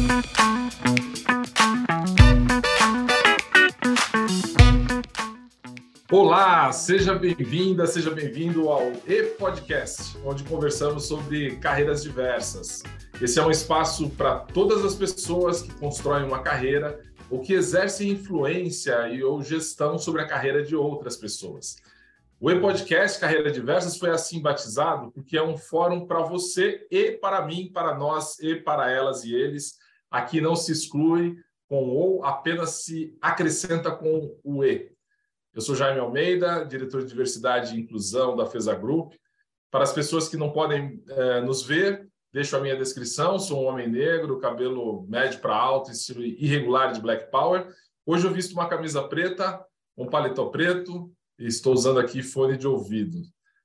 Olá, seja bem-vinda, seja bem-vindo ao E-Podcast, onde conversamos sobre carreiras diversas. Esse é um espaço para todas as pessoas que constroem uma carreira ou que exercem influência ou gestão sobre a carreira de outras pessoas. O E-Podcast Carreira Diversas foi assim batizado porque é um fórum para você e para mim, para nós e para elas e eles. Aqui não se exclui com ou, apenas se acrescenta com o E. Eu sou Jaime Almeida, diretor de Diversidade e Inclusão da FESA Group. Para as pessoas que não podem nos ver, deixo a minha descrição. Sou um homem negro, cabelo médio para alto, estilo irregular de Black Power. Hoje eu visto uma camisa preta, um paletó preto e estou usando aqui fone de ouvido.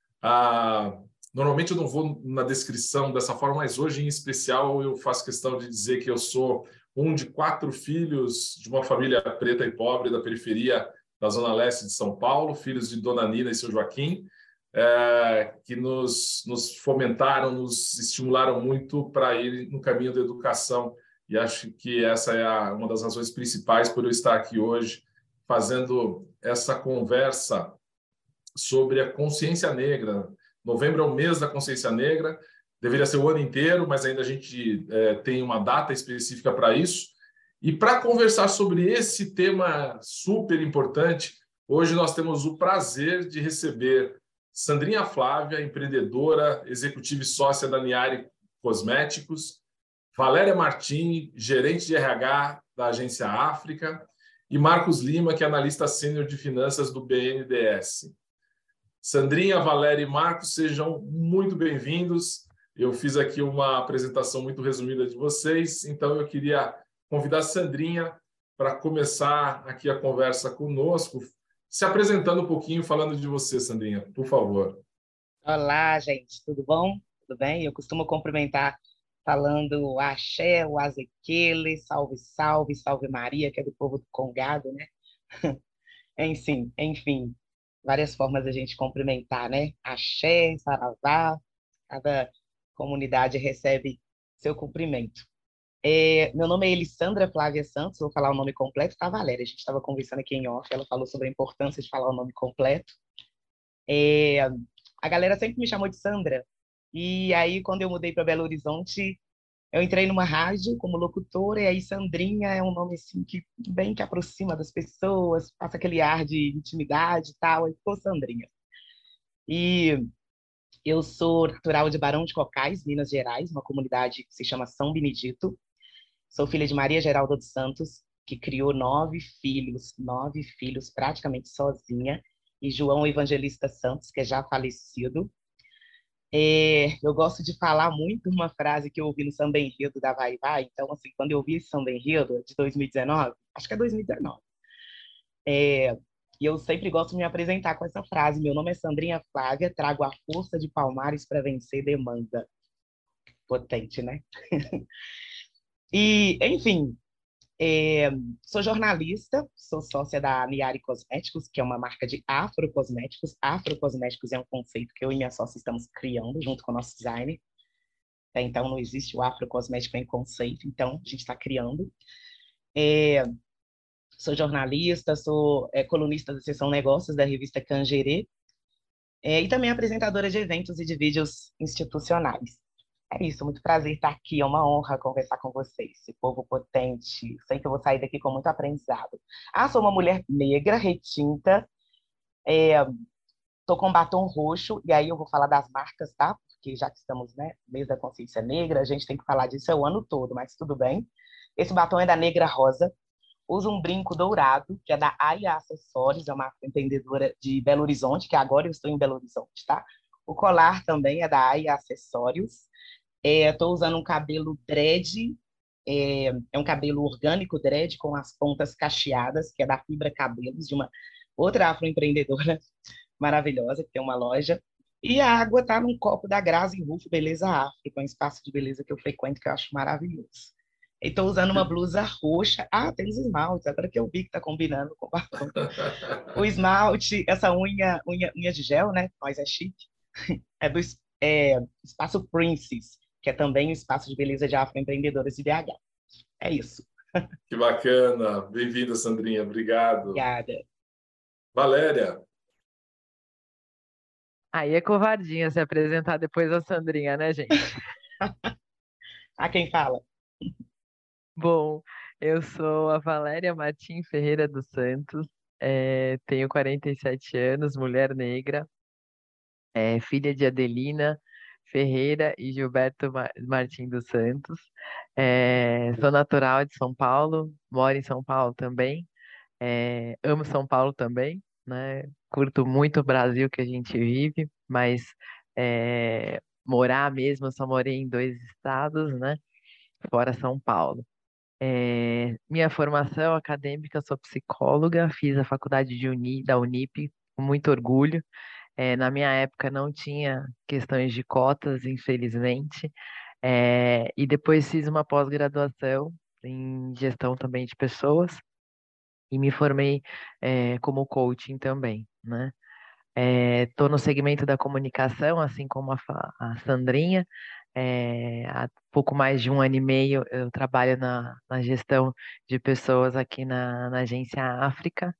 Normalmente eu não vou na descrição dessa forma, mas hoje em especial eu faço questão de dizer que eu sou um de 4 filhos de uma família preta e pobre da periferia da Zona Leste de São Paulo, filhos de Dona Nina e seu Joaquim, que nos fomentaram, nos estimularam muito para ir no caminho da educação. E acho que essa é uma das razões principais por eu estar aqui hoje, fazendo essa conversa sobre a consciência negra. Novembro é o mês da consciência negra, deveria ser o ano inteiro, mas ainda a gente tem uma data específica para isso. E para conversar sobre esse tema super importante, hoje nós temos o prazer de receber Sandrinha Flávia, empreendedora, executiva e sócia da Niari Cosméticos, Valéria Martini, gerente de RH da Agência África, e Marcos Lima, que é analista sênior de finanças do BNDES. Sandrinha, Valéria e Marcos, sejam muito bem-vindos. Eu fiz aqui uma apresentação muito resumida de vocês, então eu queria convidar a Sandrinha para começar aqui a conversa conosco, se apresentando um pouquinho, falando de você, Sandrinha, por favor. Olá, gente, tudo bom? Tudo bem? Eu costumo cumprimentar falando axé, o azequele, salve, salve, salve Maria, que é do povo do Congado, né? Enfim, várias formas da gente cumprimentar, né? Axé, saravá, cada comunidade recebe seu cumprimento. Meu nome é Elisandra Flávia Santos, vou falar o nome completo, tá, Valéria? A gente estava conversando aqui em off, ela falou sobre a importância de falar o nome completo. A galera sempre me chamou de Sandra, e aí quando eu mudei para Belo Horizonte, eu entrei numa rádio como locutora, e aí Sandrinha é um nome assim que bem que aproxima das pessoas, passa aquele ar de intimidade e tal, e ficou Sandrinha. E eu sou natural de Barão de Cocais, Minas Gerais, uma comunidade que se chama São Benedito. Sou filha de Maria Geralda dos Santos, que criou 9 filhos praticamente sozinha, e João Evangelista Santos, que é já falecido. Eu gosto de falar muito uma frase que eu ouvi no Samba Enredo da Vai Vai. Então, assim, quando eu vi esse Samba Enredo de 2019, acho que é 2019, e eu sempre gosto de me apresentar com essa frase: meu nome é Sandrinha Flávia, trago a força de Palmares para vencer demanda. Potente, né? E, enfim, sou jornalista, sou sócia da Niari Cosméticos, que é uma marca de afrocosméticos. Afrocosméticos é um conceito que eu e minha sócia estamos criando junto com o nosso designer. Até então não existe o afrocosmético em conceito, então a gente está criando. Sou jornalista, sou colunista da seção Negócios da revista Cangerê, e também apresentadora de eventos e de vídeos institucionais. É isso, muito prazer estar aqui, é uma honra conversar com vocês, esse povo potente. Sei que eu vou sair daqui com muito aprendizado. Sou uma mulher negra, retinta, tô com batom roxo, e aí eu vou falar das marcas, tá? Porque já que estamos, né, no mês da consciência negra, a gente tem que falar disso o ano todo, mas tudo bem. Esse batom é da Negra Rosa. Uso um brinco dourado, que é da Aya Acessórios, é uma empreendedora de Belo Horizonte, que agora eu estou em Belo Horizonte, tá? O colar também é da Aya Acessórios. Estou usando um cabelo dread, um cabelo orgânico dread com as pontas cacheadas, que é da Fibra Cabelos, de uma outra afroempreendedora maravilhosa, que tem uma loja. E a água está num copo da Grazi Rufo Beleza África, um espaço de beleza que eu frequento, que eu acho maravilhoso. Estou usando uma blusa roxa. Tem os esmaltes, agora que eu vi que está combinando com o batom. O esmalte, essa unha de gel, né? Mas é chique. É do Espaço Princess, que é também um espaço de beleza de afroempreendedoras de BH. É isso. Que bacana. Bem-vinda, Sandrinha. Obrigado. Obrigada. Valéria. Aí é covardinha se apresentar depois da Sandrinha, né, gente? A quem fala? Bom, eu sou a Valéria Martim Ferreira dos Santos, tenho 47 anos, mulher negra, filha de Adelina Ferreira e Gilberto Martim dos Santos. Sou natural de São Paulo, moro em São Paulo também, amo São Paulo também, né? Curto muito o Brasil que a gente vive, mas morar mesmo, eu só morei em 2 estados, né? Fora São Paulo. Minha formação acadêmica, sou psicóloga, fiz a faculdade da Unip com muito orgulho. Na minha época não tinha questões de cotas, infelizmente. E depois fiz uma pós-graduação em gestão também de pessoas e me formei como coaching também, né? Estou no segmento da comunicação, assim como a Sandrinha. Há pouco mais de 1 ano e meio eu trabalho na gestão de pessoas aqui na Agência África.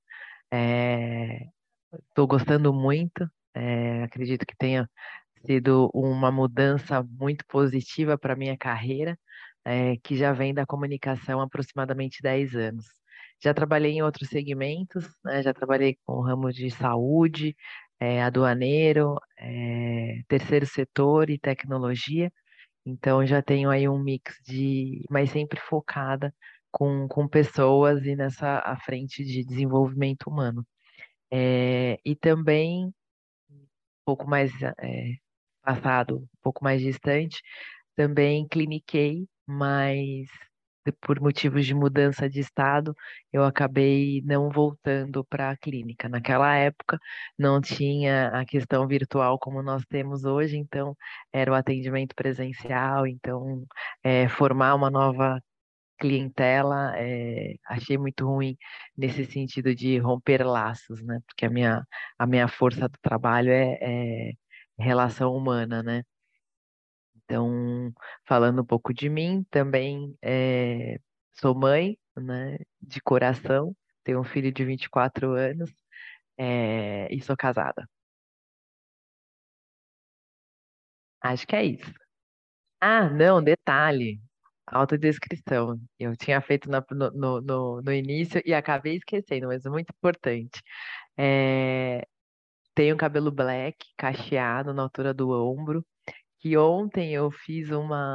Estou gostando muito. Acredito que tenha sido uma mudança muito positiva para a minha carreira, que já vem da comunicação há aproximadamente 10 anos. Já trabalhei em outros segmentos, né? Já trabalhei com o ramo de saúde, aduaneiro, terceiro setor e tecnologia. Então já tenho aí um mix mas sempre focada com pessoas e nessa à frente de desenvolvimento humano. E também pouco mais passado, um pouco mais distante, também cliniquei, mas por motivos de mudança de estado, eu acabei não voltando para a clínica. Naquela época não tinha a questão virtual como nós temos hoje, então era o atendimento presencial, então formar uma nova clientela, achei muito ruim nesse sentido de romper laços, né? Porque a minha força do trabalho é relação humana, né? Então, falando um pouco de mim, também sou mãe, né? De coração, tenho um filho de 24 anos, e sou casada. Acho que é isso. Ah, não, detalhe. Autodescrição. Eu tinha feito no início e acabei esquecendo, mas é muito importante. É, tenho cabelo black, cacheado na altura do ombro, que ontem eu fiz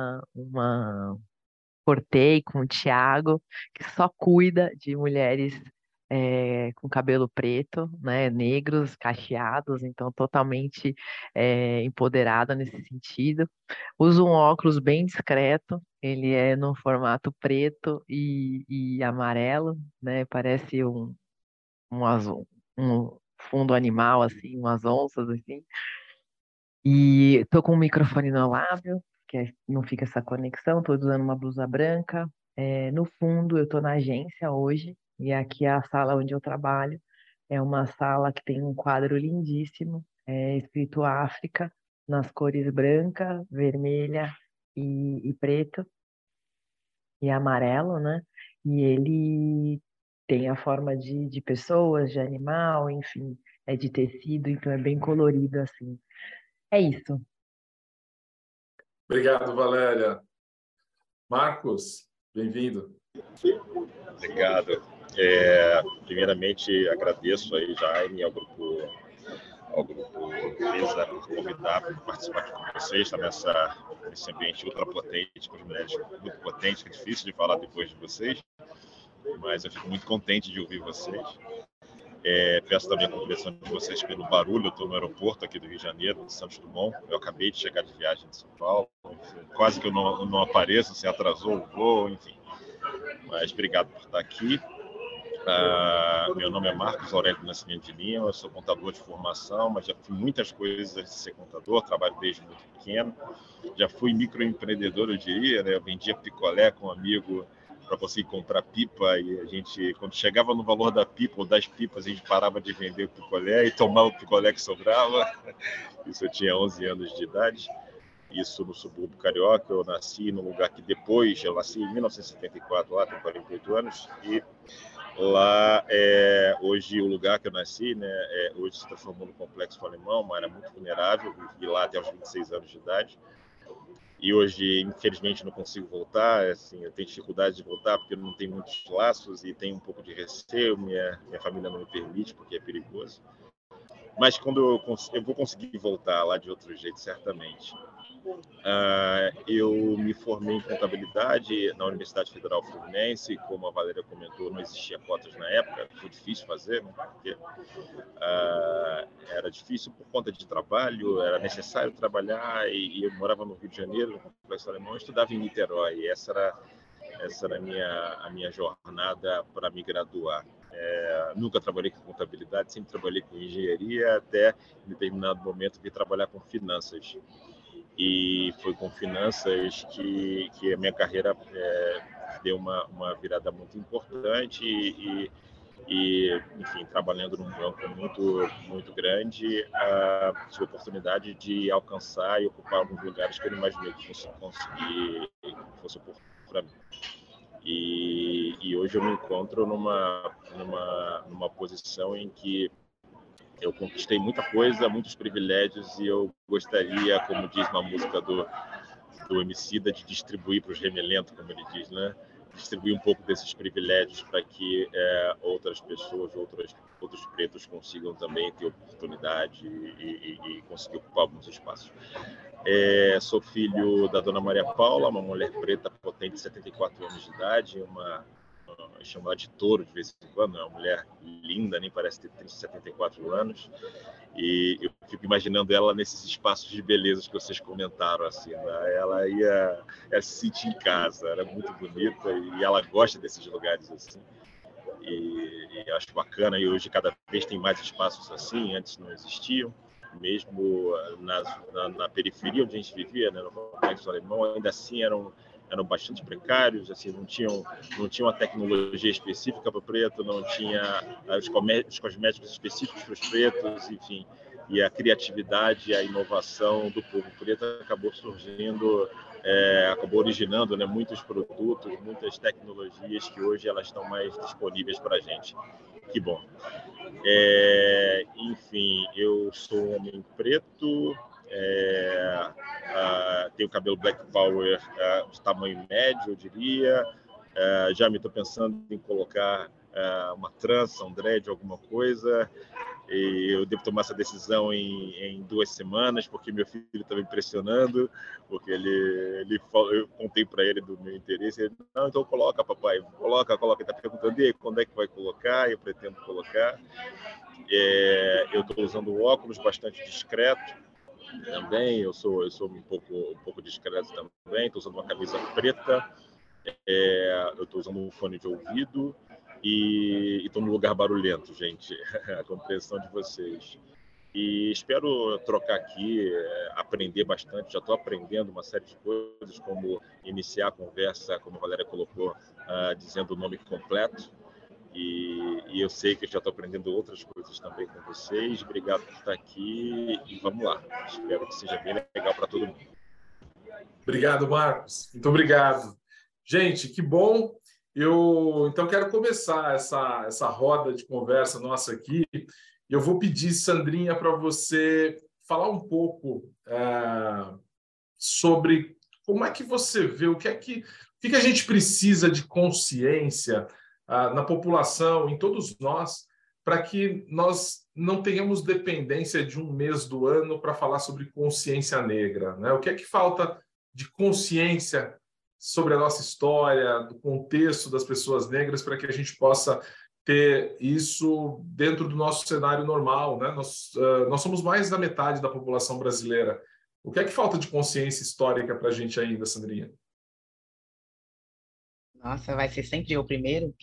cortei com o Thiago, que só cuida de mulheres com cabelo preto, né, negros, cacheados, então totalmente empoderada nesse sentido. Uso um óculos bem discreto, ele é no formato preto e amarelo, né, parece um azul, um fundo animal, assim, umas onças, assim. E tô com o microfone no lábio, não fica essa conexão, tô usando uma blusa branca. No fundo, eu tô na agência hoje, e aqui é a sala onde eu trabalho. É uma sala que tem um quadro lindíssimo, escrito África, nas cores branca, vermelha e preto, e amarelo, né? E ele tem a forma de pessoas, de animal, enfim, é de tecido, então é bem colorido, assim. É isso. Obrigado, Valéria. Marcos, bem-vindo. Obrigado. Primeiramente, agradeço aí, Jaime, ao grupo Mesa por convidar para participar aqui com vocês, tá nesse ambiente ultrapotente, com as mulheres muito potentes, que é difícil de falar depois de vocês, mas eu fico muito contente de ouvir vocês. Peço também a compreensão de vocês pelo barulho. Eu estou no aeroporto aqui do Rio de Janeiro, de Santos Dumont. Eu acabei de chegar de viagem de São Paulo. Quase que eu não apareço, se atrasou o voo, enfim. Mas obrigado por estar aqui. Meu nome é Marcos Aurélio Nascimento de Lima, eu sou contador de formação, mas já fui muitas coisas antes de ser contador, trabalho desde muito pequeno. Já fui microempreendedor, eu diria, né? Eu vendia picolé com um amigo para conseguir comprar pipa, e a gente, quando chegava no valor da pipa ou das pipas, a gente parava de vender o picolé e tomava o picolé que sobrava. Isso eu tinha 11 anos de idade. isso no subúrbio carioca. Eu nasci num lugar que depois, eu nasci em 1974, lá tenho 48 anos, e lá, hoje o lugar que eu nasci, né, hoje se transformou no Complexo Alemão, uma área muito vulnerável, vivi lá até os 26 anos de idade. E hoje, infelizmente, não consigo voltar. Assim, eu tenho dificuldade de voltar porque eu não tenho muitos laços e tenho um pouco de receio. Minha família não me permite porque é perigoso. Mas quando eu vou conseguir voltar lá de outro jeito, certamente. Eu me formei em contabilidade na Universidade Federal Fluminense. Como a Valéria comentou, não existia cotas na época, foi difícil fazer, né? Porque era difícil por conta de trabalho, era necessário trabalhar, e eu morava no Rio de Janeiro, no Complexo Alemão, eu estudava em Niterói, e essa era a minha jornada para me graduar. Nunca trabalhei com contabilidade, sempre trabalhei com engenharia, até em determinado momento vim trabalhar com finanças. E foi com finanças que a minha carreira deu uma virada muito importante e, enfim, trabalhando num banco muito, muito grande, tive a oportunidade de alcançar e ocupar alguns lugares que eu não imaginei que fosse conseguir, que fosse oportuno para mim. E hoje eu me encontro numa posição em que eu conquistei muita coisa, muitos privilégios, e eu gostaria, como diz uma música do Emicida, de distribuir para os remelentos, como ele diz, né? Distribuir um pouco desses privilégios para que outras pessoas, outros pretos consigam também ter oportunidade e conseguir ocupar alguns espaços. Sou filho da Dona Maria Paula, uma mulher preta potente de 74 anos de idade, chamo ela de Touro de vez em quando, é uma mulher linda, nem parece ter 74 anos, e eu fico imaginando ela nesses espaços de beleza que vocês comentaram, assim, né? Ela se sentir em casa, era muito bonita, e ela gosta desses lugares assim, e acho bacana, e hoje cada vez tem mais espaços assim, antes não existiam, mesmo na periferia onde a gente vivia, né, no Complexo Alemão, ainda assim eram bastante precários, assim, não tinha uma tecnologia específica para o preto, não tinha os cosméticos específicos para os pretos, enfim, e a criatividade e a inovação do povo preto acabou surgindo, acabou originando, né, muitos produtos, muitas tecnologias que hoje elas estão mais disponíveis para a gente. Que bom. Enfim, eu sou um homem preto, tenho cabelo black power de tamanho médio, eu diria. Já me estou pensando em colocar uma trança, um dread, alguma coisa. E eu devo tomar essa decisão em 2 semanas, porque meu filho está me pressionando, porque ele eu contei para ele do meu interesse, ele, não, então coloca, papai, coloca, ele está perguntando, e aí, quando é que vai colocar? Eu pretendo colocar. Eu estou usando óculos bastante discreto também, eu sou um pouco discreto também, estou usando uma camisa preta, eu estou usando um fone de ouvido, e estou num lugar barulhento, gente, a compreensão de vocês. E espero trocar aqui, aprender bastante. Já estou aprendendo uma série de coisas, como iniciar a conversa, como a Valéria colocou, dizendo o nome completo. E eu sei que eu já estou aprendendo outras coisas também com vocês. Obrigado por estar aqui e vamos lá. Espero que seja bem legal para todo mundo. Obrigado, Marcos. Muito obrigado. Gente, que bom. Eu então quero começar essa roda de conversa nossa aqui. Eu vou pedir, Sandrinha, para você falar um pouco sobre como é que você vê, o que a gente precisa de consciência na população, em todos nós, para que nós não tenhamos dependência de um mês do ano para falar sobre consciência negra, né? O que é que falta de consciência sobre a nossa história, do contexto das pessoas negras, para que a gente possa ter isso dentro do nosso cenário normal, né? Nós somos mais da metade da população brasileira. O que é que falta de consciência histórica para a gente ainda, Sandrinha? Nossa, vai ser sempre eu primeiro.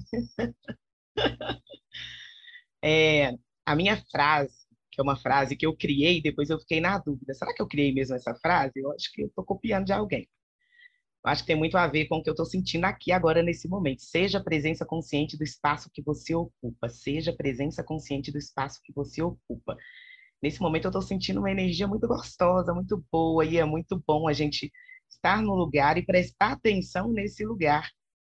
A minha frase, que é uma frase que eu criei, depois eu fiquei na dúvida. Será que eu criei mesmo essa frase? Eu acho que eu estou copiando de alguém. Eu acho que tem muito a ver com o que eu estou sentindo aqui agora, nesse momento. Seja presença consciente do espaço que você ocupa. Seja presença consciente do espaço que você ocupa. Nesse momento eu estou sentindo uma energia muito gostosa, muito boa, e é muito bom a gente estar no lugar e prestar atenção nesse lugar.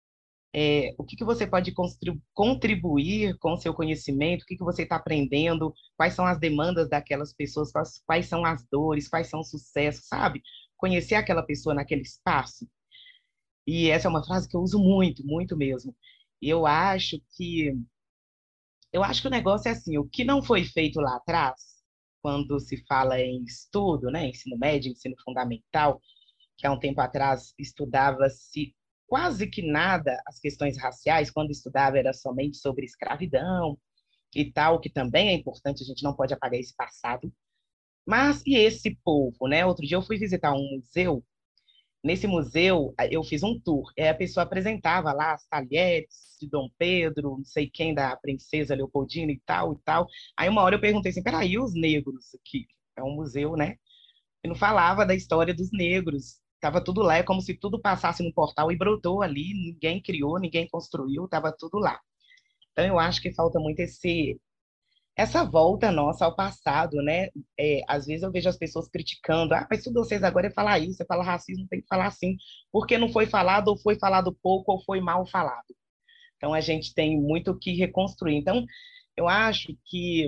O que que você pode contribuir com o seu conhecimento, o que que você está aprendendo, quais são as demandas daquelas pessoas, quais são as dores, quais são os sucessos, sabe? Conhecer aquela pessoa naquele espaço. E essa é uma frase que eu uso muito, muito mesmo. E eu acho que o negócio é assim, o que não foi feito lá atrás, quando se fala em estudo, né, ensino médio, ensino fundamental, que há um tempo atrás estudava-se quase que nada as questões raciais, quando estudava era somente sobre escravidão e tal, que também é importante, a gente não pode apagar esse passado. Mas e esse povo, né? Outro dia eu fui visitar um museu. Nesse museu, eu fiz um tour. A pessoa apresentava lá as talheres de Dom Pedro, não sei quem, da princesa Leopoldina e tal, e tal. Aí uma hora eu perguntei assim, peraí, os negros aqui? É um museu, né? E não falava da história dos negros. Tava tudo lá, é como se tudo passasse no portal e brotou ali, ninguém criou, ninguém construiu, tava tudo lá. Então eu acho que falta muito essa volta nossa ao passado, né? Às vezes eu vejo as pessoas criticando, mas tudo vocês agora é falar isso, você fala racismo, tem que falar assim, porque não foi falado, ou foi falado pouco, ou foi mal falado. Então a gente tem muito o que reconstruir. Então, eu acho que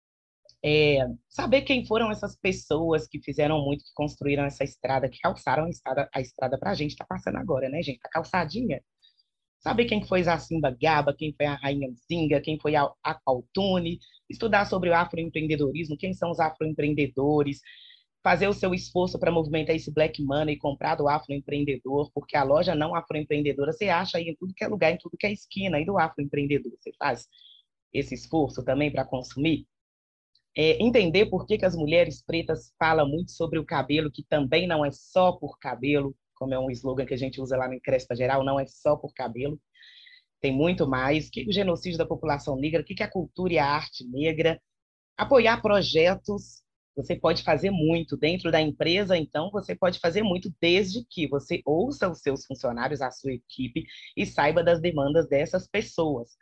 saber quem foram essas pessoas que fizeram muito, que construíram essa estrada, que calçaram a estrada para a gente, está passando agora, né, gente? Tá calçadinha. Saber quem foi Zacimba Gaba, quem foi a Rainha Zinga, quem foi a Aqualtune, estudar sobre o afroempreendedorismo, quem são os afroempreendedores, fazer o seu esforço para movimentar esse black money, comprar do afroempreendedor, porque a loja não afroempreendedora você acha aí em tudo que é lugar, em tudo que é esquina, aí do afroempreendedor. Você faz esse esforço também para consumir? Entender por que que as mulheres pretas falam muito sobre o cabelo, que também não é só por cabelo, como é um slogan que a gente usa lá no Crespa Geral, não é só por cabelo, tem muito mais. O que o genocídio da população negra, o que a cultura e a arte negra, apoiar projetos, você pode fazer muito dentro da empresa, então você pode fazer muito desde que você ouça os seus funcionários, a sua equipe, e saiba das demandas dessas pessoas,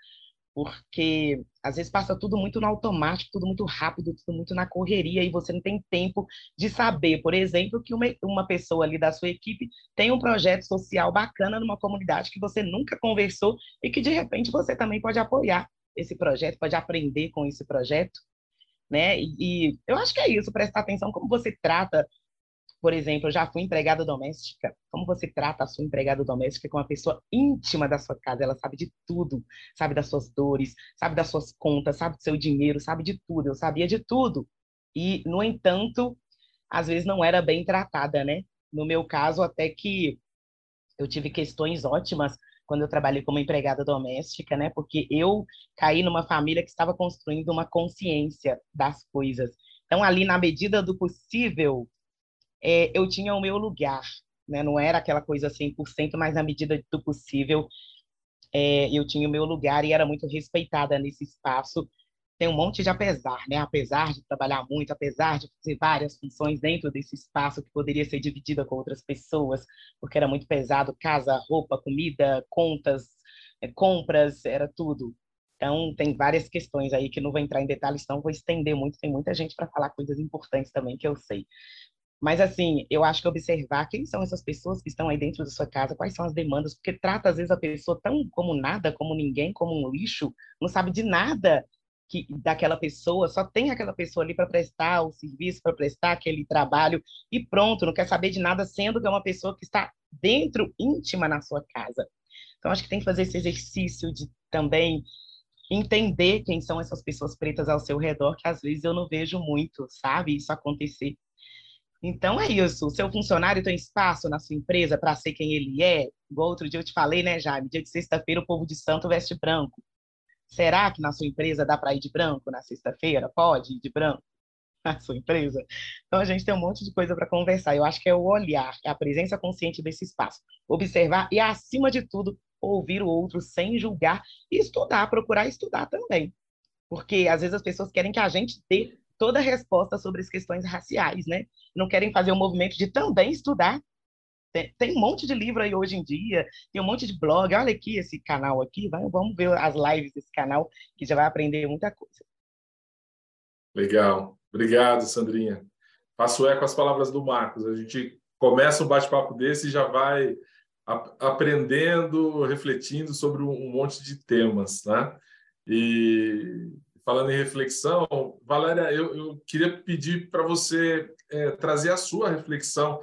porque às vezes passa tudo muito no automático, tudo muito rápido, tudo muito na correria, e você não tem tempo de saber, por exemplo, que uma pessoa ali da sua equipe tem um projeto social bacana numa comunidade que você nunca conversou e que, de repente, você também pode apoiar esse projeto, pode aprender com esse projeto, né? E eu acho que é isso, prestar atenção como você trata. Por exemplo, eu já fui empregada doméstica. Como você trata a sua empregada doméstica com uma pessoa íntima da sua casa? Ela sabe de tudo, sabe das suas dores, sabe das suas contas, sabe do seu dinheiro, sabe de tudo. Eu sabia de tudo. E, no entanto, às vezes não era bem tratada, né? No meu caso, até que eu tive questões ótimas quando eu trabalhei como empregada doméstica, né? Porque eu caí numa família que estava construindo uma consciência das coisas. Então, ali, na medida do possível, eu tinha o meu lugar, né? Não era aquela coisa 100%, mas na medida do possível, eu tinha o meu lugar e era muito respeitada nesse espaço. Tem um monte de apesar, né? Apesar de trabalhar muito, apesar de fazer várias funções dentro desse espaço que poderia ser dividida com outras pessoas, porque era muito pesado, casa, roupa, comida, contas, compras, era tudo. Então, tem várias questões aí que não vou entrar em detalhes, não vou estender muito, tem muita gente para falar coisas importantes também que eu sei. Mas, assim, eu acho que observar quem são essas pessoas que estão aí dentro da sua casa, quais são as demandas, porque trata, às vezes, a pessoa tão como nada, como ninguém, como um lixo, não sabe de nada daquela pessoa, só tem aquela pessoa ali para prestar o serviço, para prestar aquele trabalho, e pronto, não quer saber de nada, sendo que é uma pessoa que está dentro, íntima na sua casa. Então, acho que tem que fazer esse exercício de também entender quem são essas pessoas pretas ao seu redor, que às vezes eu não vejo muito, sabe, isso acontecer. Então é isso. O seu funcionário tem espaço na sua empresa para ser quem ele é? Igual outro dia eu te falei, né, Jaime? Dia de sexta-feira o povo de santo veste branco. Será que na sua empresa dá para ir de branco na sexta-feira? Pode ir de branco na sua empresa? Então a gente tem um monte de coisa para conversar. Eu acho que é o olhar, é a presença consciente desse espaço. Observar e, acima de tudo, ouvir o outro sem julgar e estudar, procurar estudar também. Porque às vezes as pessoas querem que a gente dê toda a resposta sobre as questões raciais, né? Não querem fazer o movimento de também estudar. Tem um monte de livro aí hoje em dia, tem um monte de blog. Olha aqui esse canal aqui, vamos ver as lives desse canal, que já vai aprender muita coisa. Legal. Obrigado, Sandrinha. Faço eco às palavras do Marcos. A gente começa um bate-papo desse e já vai aprendendo, refletindo sobre um monte de temas, né? E falando em reflexão, Valéria, eu queria pedir para você trazer a sua reflexão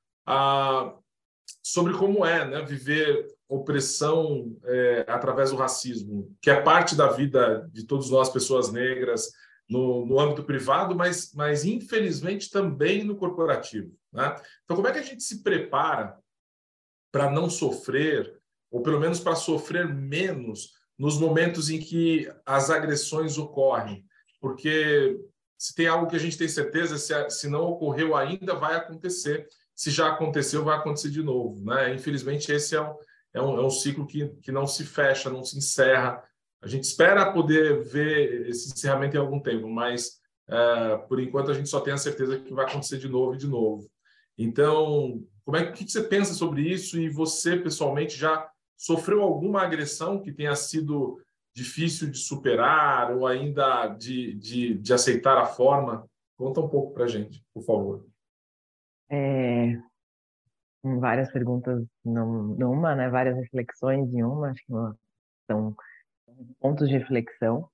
sobre como é, né, viver opressão através do racismo, que é parte da vida de todos nós, pessoas negras, no âmbito privado, mas infelizmente também no corporativo, né? Então, como é que a gente se prepara para não sofrer, ou pelo menos para sofrer menos nos momentos em que as agressões ocorrem? Porque se tem algo que a gente tem certeza, se não ocorreu ainda, vai acontecer. Se já aconteceu, vai acontecer de novo, né? Infelizmente, esse é um ciclo que não se fecha, não se encerra. A gente espera poder ver esse encerramento em algum tempo, mas, por enquanto, a gente só tem a certeza que vai acontecer de novo e de novo. Então, o que você pensa sobre isso? E você, pessoalmente, já sofreu alguma agressão que tenha sido difícil de superar ou ainda de aceitar a forma? Conta um pouco para a gente, por favor. Várias perguntas numa, né? Várias reflexões em uma, acho que são pontos de reflexão.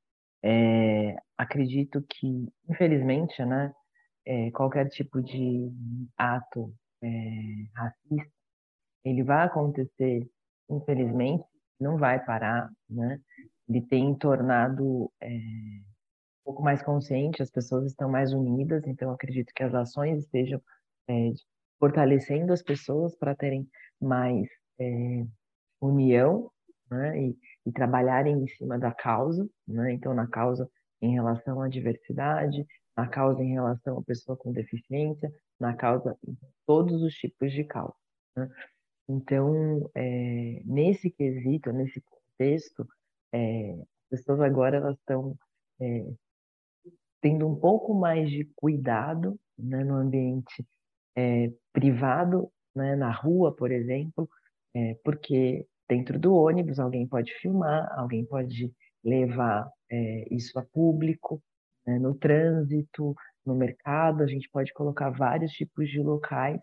Acredito que, infelizmente, né, qualquer tipo de ato racista, ele vai acontecer, infelizmente, não vai parar, né? Ele tem tornado um pouco mais consciente, as pessoas estão mais unidas, então acredito que as ações estejam é, fortalecendo as pessoas para terem mais união, né? E trabalharem em cima da causa, né? Então, na causa em relação à diversidade, na causa em relação à pessoa com deficiência, na causa em todos os tipos de causa, né? Então, nesse quesito, nesse contexto, as pessoas agora elas estão tendo um pouco mais de cuidado, né, no ambiente privado, né, na rua, por exemplo, porque dentro do ônibus alguém pode filmar, alguém pode levar isso a público, né, no trânsito, no mercado, a gente pode colocar vários tipos de locais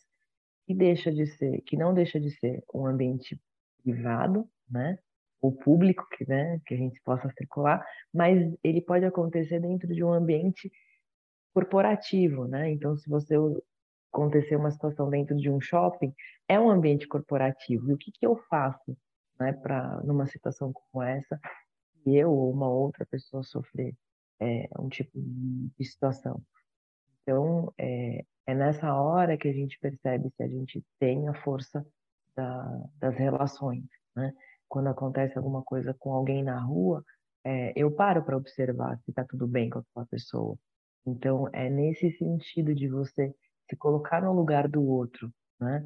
que não deixa de ser um ambiente privado, né? Ou público, né, que a gente possa circular, mas ele pode acontecer dentro de um ambiente corporativo, né? Então, se você acontecer uma situação dentro de um shopping, é um ambiente corporativo. E o que eu faço, né, para numa situação como essa, que eu ou uma outra pessoa sofrer um tipo de situação? Então, é nessa hora que a gente percebe se a gente tem a força das relações, né? Quando acontece alguma coisa com alguém na rua, eu paro para observar se está tudo bem com aquela pessoa. Então, é nesse sentido de você se colocar no lugar do outro, né?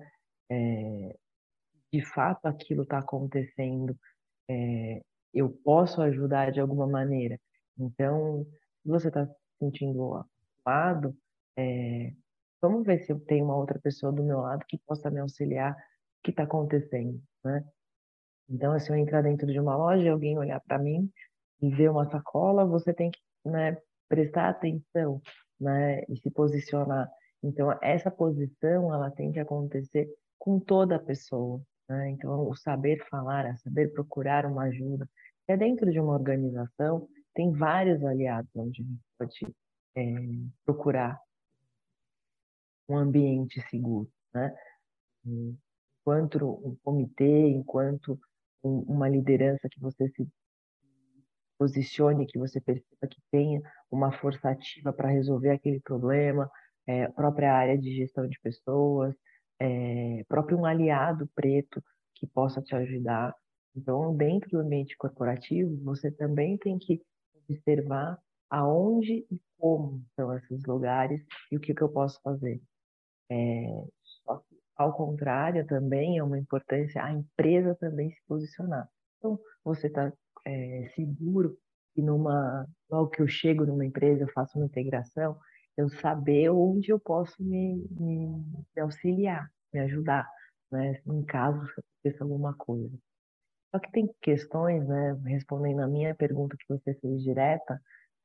De fato, aquilo está acontecendo, eu posso ajudar de alguma maneira. Então, se você está se sentindo acuado, vamos ver se eu tenho uma outra pessoa do meu lado que possa me auxiliar o que está acontecendo, né? Então, se eu entrar dentro de uma loja e alguém olhar para mim e ver uma sacola, você tem que, né, prestar atenção, né, e se posicionar. Então, essa posição, ela tem que acontecer com toda a pessoa, né? Então, o saber falar, é saber procurar uma ajuda. É dentro de uma organização, tem vários aliados onde a gente pode procurar um ambiente seguro, né? Enquanto um comitê, enquanto uma liderança que você se posicione, que você perceba que tenha uma força ativa para resolver aquele problema, própria área de gestão de pessoas, próprio um aliado preto que possa te ajudar. Então, dentro do ambiente corporativo, você também tem que observar aonde e como são esses lugares e o que eu posso fazer. Só que, ao contrário, também é uma importância a empresa também se posicionar. Então, você está seguro que logo que eu chego numa empresa, eu faço uma integração, eu saber onde eu posso me auxiliar, me ajudar, né, em caso aconteça alguma coisa. Só que tem questões, né, respondendo a minha pergunta que você fez direta,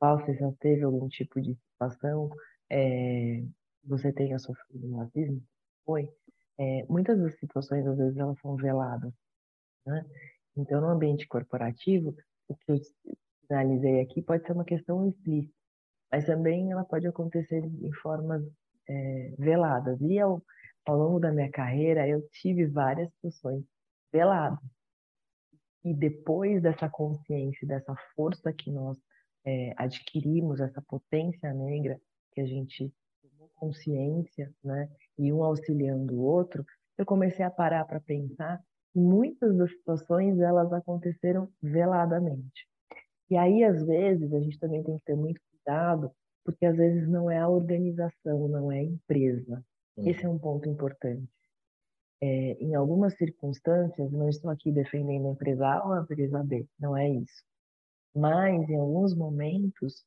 qual você já teve algum tipo de situação, você tenha sofrido racismo? Foi. Muitas das situações, às vezes, elas são veladas, né? Então, no ambiente corporativo, o que eu sinalizei aqui pode ser uma questão explícita, mas também ela pode acontecer em formas veladas. E ao longo da minha carreira, eu tive várias situações veladas. E depois dessa consciência, dessa força que nós adquirimos, essa potência negra que a gente tomou consciência, né, e um auxiliando o outro, eu comecei a parar para pensar que muitas das situações elas aconteceram veladamente. E aí, às vezes, a gente também tem que ter muito cuidado, porque às vezes não é a organização, não é a empresa. Esse é um ponto importante. Em algumas circunstâncias, não estou aqui defendendo a empresa A ou a empresa B, não é isso. Mas, em alguns momentos,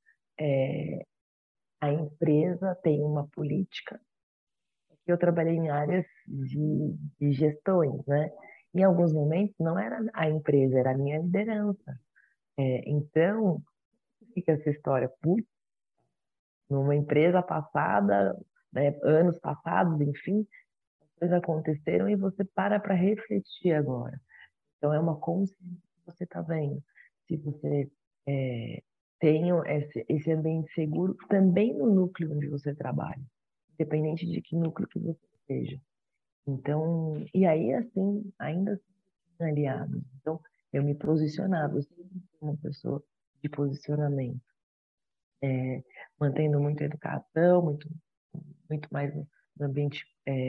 a empresa tem uma política. Eu trabalhei em áreas de gestões, né? Em alguns momentos, não era a empresa, era a minha liderança. Então, fica essa história, putz, numa empresa passada, né, anos passados, enfim, as coisas aconteceram e você para refletir agora. Então, é uma consciência que você está vendo. Se você tem esse ambiente seguro também no núcleo onde você trabalha, independente de que núcleo que você esteja. Então, e aí, assim, ainda assim, aliados. Então, eu me posicionava, eu sempre fui uma pessoa de posicionamento, mantendo muita educação, muito mais no ambiente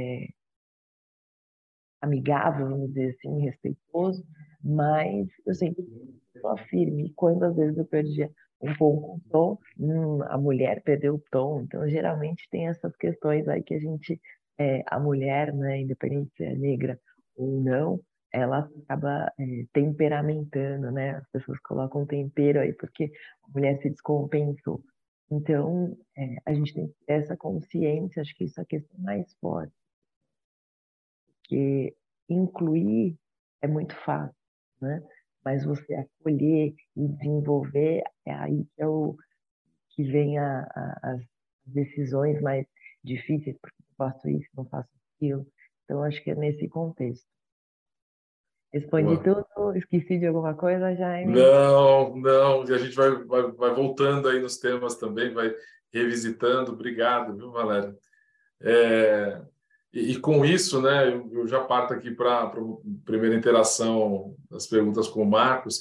amigável, vamos dizer assim, respeitoso, mas eu sempre sou firme. E quando às vezes eu perdia um pouco o tom, a mulher perdeu o tom. Então, geralmente tem essas questões aí que a gente, a mulher, né, independente se é negra ou não, ela acaba temperamentando, né? As pessoas colocam um tempero aí porque a mulher se descompensou. Então, a gente tem que ter essa consciência, acho que isso é a questão mais forte, porque incluir é muito fácil, né? Mas você acolher e desenvolver é aí que vem as decisões mais difíceis, porque eu faço isso, não faço aquilo. Então, acho que é nesse contexto. Respondi Boa. tudo, esqueci de alguma coisa, Jaime? Não, não, e a gente vai voltando aí nos temas também, vai revisitando. Obrigado, viu, Valéria? E com isso, né, eu já parto aqui para a primeira interação das perguntas com o Marcos.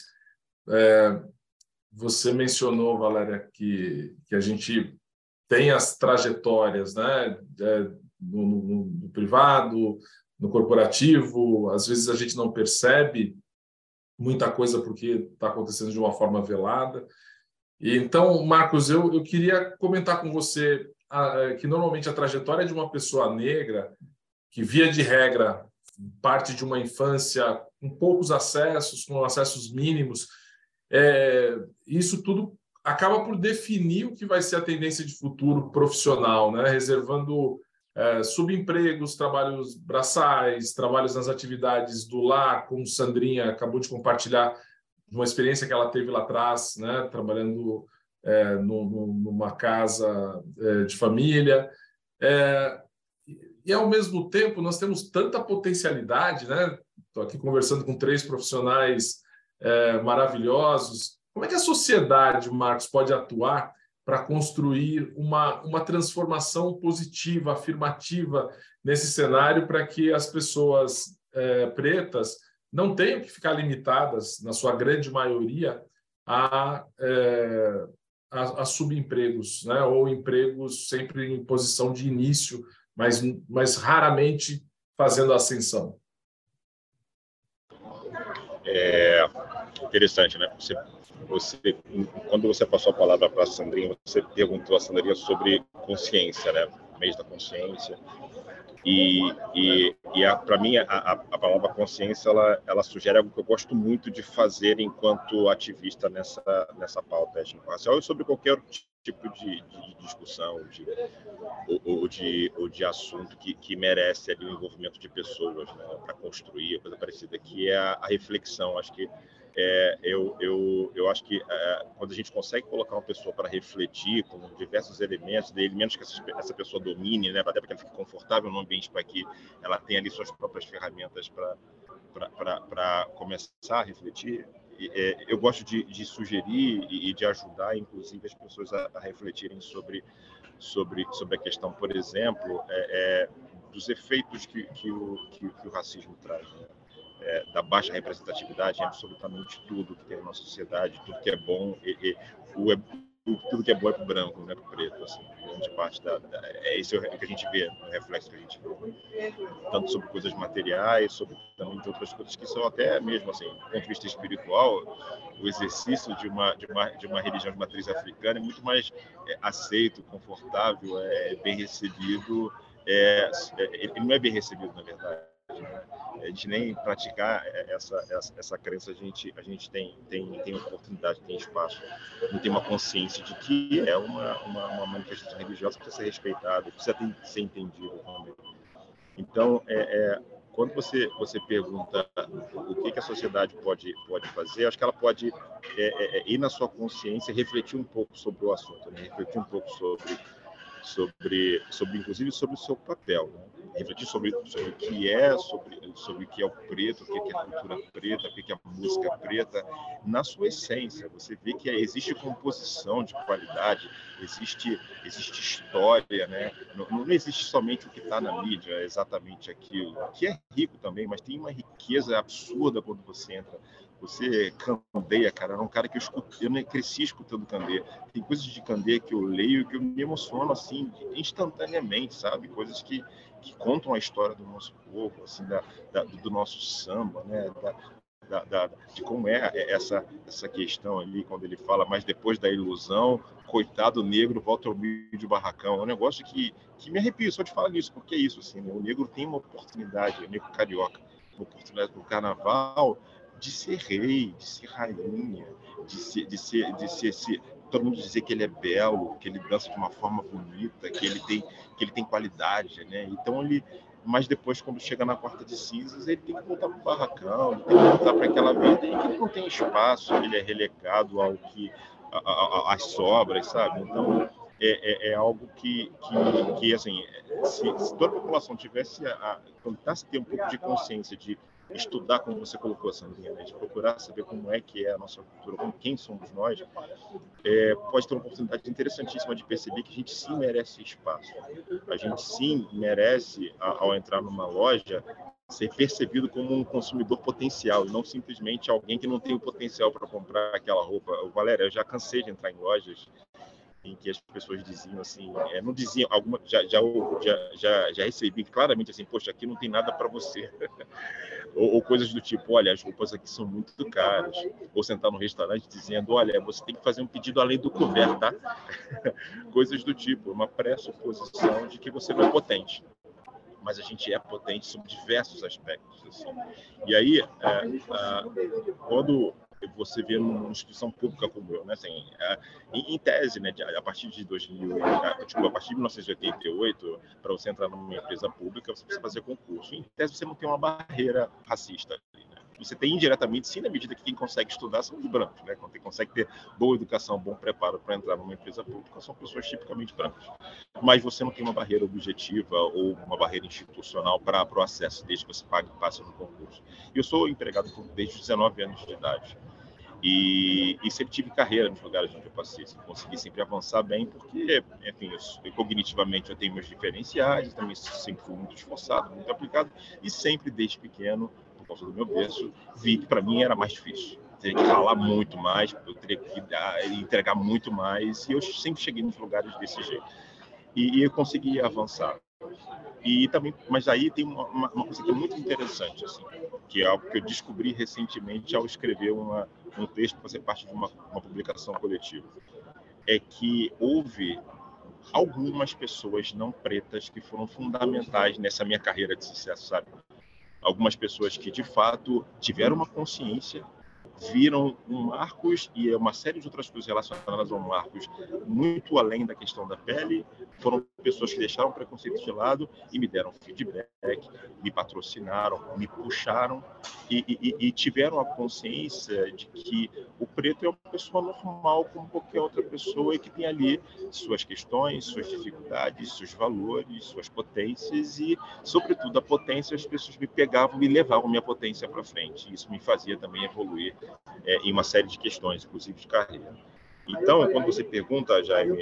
Você mencionou, Valéria, que a gente tem as trajetórias, né, no privado, no corporativo. Às vezes a gente não percebe muita coisa porque está acontecendo de uma forma velada. E então, Marcos, eu queria comentar com você que normalmente a trajetória de uma pessoa negra, que via de regra parte de uma infância com poucos acessos, com acessos mínimos, isso tudo acaba por definir o que vai ser a tendência de futuro profissional, né? Reservando subempregos, trabalhos braçais, trabalhos nas atividades do lar, como Sandrinha acabou de compartilhar de uma experiência que ela teve lá atrás, né? Trabalhando numa casa de família. E, ao mesmo tempo, nós temos tanta potencialidade, né? Estou aqui conversando com 3 profissionais maravilhosos. Como é que a sociedade, Marcos, pode atuar para construir uma transformação positiva, afirmativa nesse cenário, para que as pessoas pretas não tenham que ficar limitadas, na sua grande maioria, a subempregos, né? Ou empregos sempre em posição de início, mas raramente fazendo ascensão? Interessante, né? Quando você passou a palavra para a Sandrinha, você perguntou a Sandrinha sobre consciência, né? O mês da consciência. Para mim, a palavra consciência, ela sugere algo que eu gosto muito de fazer enquanto ativista nessa pauta étnico-racial e sobre qualquer tipo de discussão ou de assunto que merece ali o envolvimento de pessoas, né, para construir, coisa parecida, que é a reflexão. Acho que Eu acho que quando a gente consegue colocar uma pessoa para refletir com diversos elementos, elementos que essa pessoa domine, né, até para que ela fique confortável no ambiente, para que ela tenha ali suas próprias ferramentas para começar a refletir, eu gosto de sugerir e de ajudar, inclusive, as pessoas a refletirem sobre a questão, por exemplo, dos efeitos que o racismo traz, né? Da baixa representatividade em absolutamente tudo que tem na nossa sociedade, tudo que é bom, tudo que é bom é para o branco, não é para o preto. Assim, grande parte esse é o que a gente vê, o reflexo que a gente vê, tanto sobre coisas materiais, sobre também de outras coisas que são até mesmo, assim, do ponto de vista espiritual, o exercício de uma religião de matriz africana é muito mais aceito, confortável, bem recebido. Ele não é bem recebido, na verdade. A gente nem praticar essa crença, a gente tem oportunidade, tem espaço, não tem uma consciência de que é uma manifestação religiosa que precisa ser respeitada, precisa ser entendida também. Então, quando você pergunta o que a sociedade pode fazer, acho que ela pode ir na sua consciência e refletir um pouco sobre o assunto, né? Refletir um pouco inclusive sobre o seu papel, né? Refletir sobre o que é, sobre o que é o preto, o que é a cultura preta, o que é a música preta, na sua essência. Você vê que existe composição de qualidade, existe história, né? Não existe somente o que está na mídia, exatamente aquilo, que é rico também, mas tem uma riqueza absurda quando você entra. Você Candé, cara, era um cara que eu cresci escutando Candé. Tem coisas de Candé que eu leio e que eu me emociono assim instantaneamente, sabe? Coisas que contam a história do nosso povo, assim, do nosso samba, né? De como é essa questão ali, quando ele fala, mas depois da ilusão, coitado negro, volta ao humilde barracão. É um negócio que me arrepia só de falar nisso, porque é isso, assim, né? O negro tem uma oportunidade, o negro carioca, uma oportunidade no carnaval de ser rei, de ser rainha, de ser todo mundo dizer que ele é belo, que ele dança de uma forma bonita, que ele tem qualidade, né? Então mas depois, quando chega na quarta de cinzas, ele tem que voltar para o barracão, ele tem que voltar para aquela vida em que ele não tem espaço, ele é relegado às sobras, sabe? Então, é algo que assim, se toda a população tivesse tentasse ter um pouco de consciência de estudar, como você colocou, Sandrinha, né? De procurar saber como é que é a nossa cultura, quem somos nós, pode ter uma oportunidade interessantíssima de perceber que a gente sim merece espaço. A gente sim merece, ao entrar numa loja, ser percebido como um consumidor potencial, e não simplesmente alguém que não tem o potencial para comprar aquela roupa. Valéria, eu já cansei de entrar em lojas em que as pessoas diziam assim, não diziam, já recebi claramente assim, poxa, aqui não tem nada para você. ou coisas do tipo, olha, as roupas aqui são muito caras. Ou sentar no restaurante dizendo, olha, você tem que fazer um pedido além do couvert, tá? Coisas do tipo, uma pressuposição de que você não é potente. Mas a gente é potente sobre diversos aspectos. Assim. E aí, quando você vê numa instituição pública como eu, né, assim, em tese, né, a partir de 2000, a partir de 1988, para você entrar numa empresa pública, você precisa fazer concurso. Em tese, você não tem uma barreira racista ali, né? Você tem indiretamente, sim, na medida que quem consegue estudar são os brancos, né? Quem consegue ter boa educação, bom preparo para entrar numa empresa pública, são pessoas tipicamente brancas. Mas você não tem uma barreira objetiva ou uma barreira institucional para o acesso, desde que você passe no concurso. Eu sou empregado desde os 19 anos de idade. E sempre tive carreira nos lugares onde eu passei, consegui sempre avançar bem, porque, enfim, cognitivamente eu tenho meus diferenciais, eu também sempre fui muito esforçado, muito aplicado, e sempre, desde pequeno, por causa do meu berço, vi que para mim era mais difícil. Eu teria que ralar muito mais, eu teria que entregar muito mais, e eu sempre cheguei nos lugares desse jeito. E eu consegui avançar. E também, mas aí tem uma coisa que é muito interessante, assim, que é algo que eu descobri recentemente ao escrever um texto para fazer parte de uma publicação coletiva. É que houve algumas pessoas não pretas que foram fundamentais nessa minha carreira de sucesso, sabe? Algumas pessoas que, de fato, tiveram uma consciência viram um Marcos e uma série de outras coisas relacionadas ao Marcos muito além da questão da pele. Foram pessoas que deixaram o preconceito de lado e me deram feedback, me patrocinaram, me puxaram e tiveram a consciência de que o preto é uma pessoa normal como qualquer outra pessoa e que tem ali suas questões, suas dificuldades, seus valores, suas potências e, sobretudo, a potência, as pessoas me pegavam e levavam minha potência para frente. Isso me fazia também evoluir em uma série de questões, inclusive de carreira. Então, quando você pergunta, Jaime,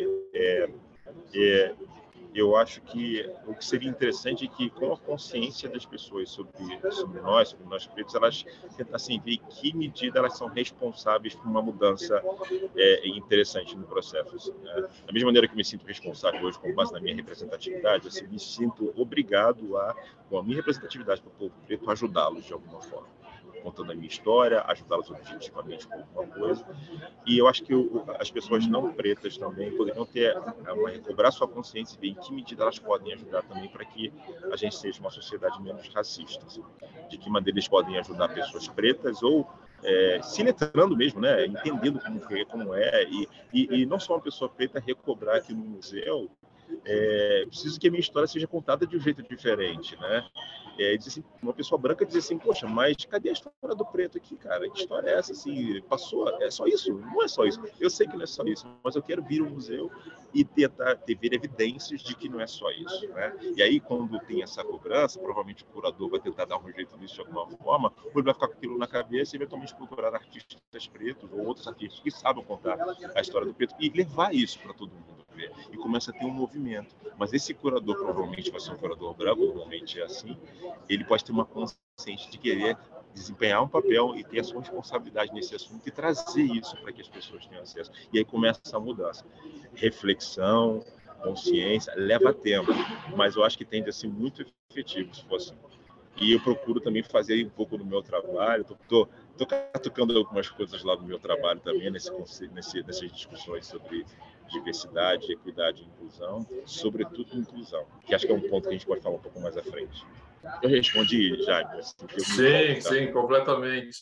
eu acho que o que seria interessante é que, com a consciência das pessoas sobre nós pretos, elas tentassem ver em que medida elas são responsáveis por uma mudança interessante no processo. Da mesma maneira que eu me sinto responsável hoje, com base na minha representatividade, eu me sinto obrigado com a minha representatividade para o povo preto, ajudá-los de alguma forma, contando a minha história, ajudá-los objetivamente com alguma coisa. E eu acho que as pessoas não pretas também poderiam recobrar sua consciência e ver em que medida elas podem ajudar também para que a gente seja uma sociedade menos racista. Assim. De que maneira eles podem ajudar pessoas pretas ou se letrando mesmo, né? Entendendo como é e não só uma pessoa preta recobrar aqui no museu. Preciso que a minha história seja contada de um jeito diferente, né? Assim, uma pessoa branca diz assim, poxa, mas cadê a história do preto aqui, cara? Que história é essa? Assim, passou? É só isso? Não é só isso. Eu sei que não é só isso, mas eu quero vir ao museu e tentar ver evidências de que não é só isso, né? E aí, quando tem essa cobrança, provavelmente o curador vai tentar dar um jeito nisso de alguma forma, ou ele vai ficar com aquilo na cabeça e eventualmente procurar artistas pretos ou outros artistas que sabem contar a história do preto e levar isso para todo mundo ver. E começa a ter um movimento. Mas esse curador provavelmente vai ser um curador branco, normalmente é assim, ele pode ter uma consciência de querer desempenhar um papel e ter a sua responsabilidade nesse assunto e trazer isso para que as pessoas tenham acesso. E aí começa essa mudança. Reflexão, consciência, leva tempo, mas eu acho que tende a ser muito efetivo se for assim. E eu procuro também fazer um pouco do meu trabalho, estou catucando algumas coisas lá do meu trabalho também, nessas discussões sobre diversidade, equidade e inclusão, sobretudo inclusão, que acho que é um ponto que a gente pode falar um pouco mais à frente. Eu respondi, Jaime. Sim, completamente.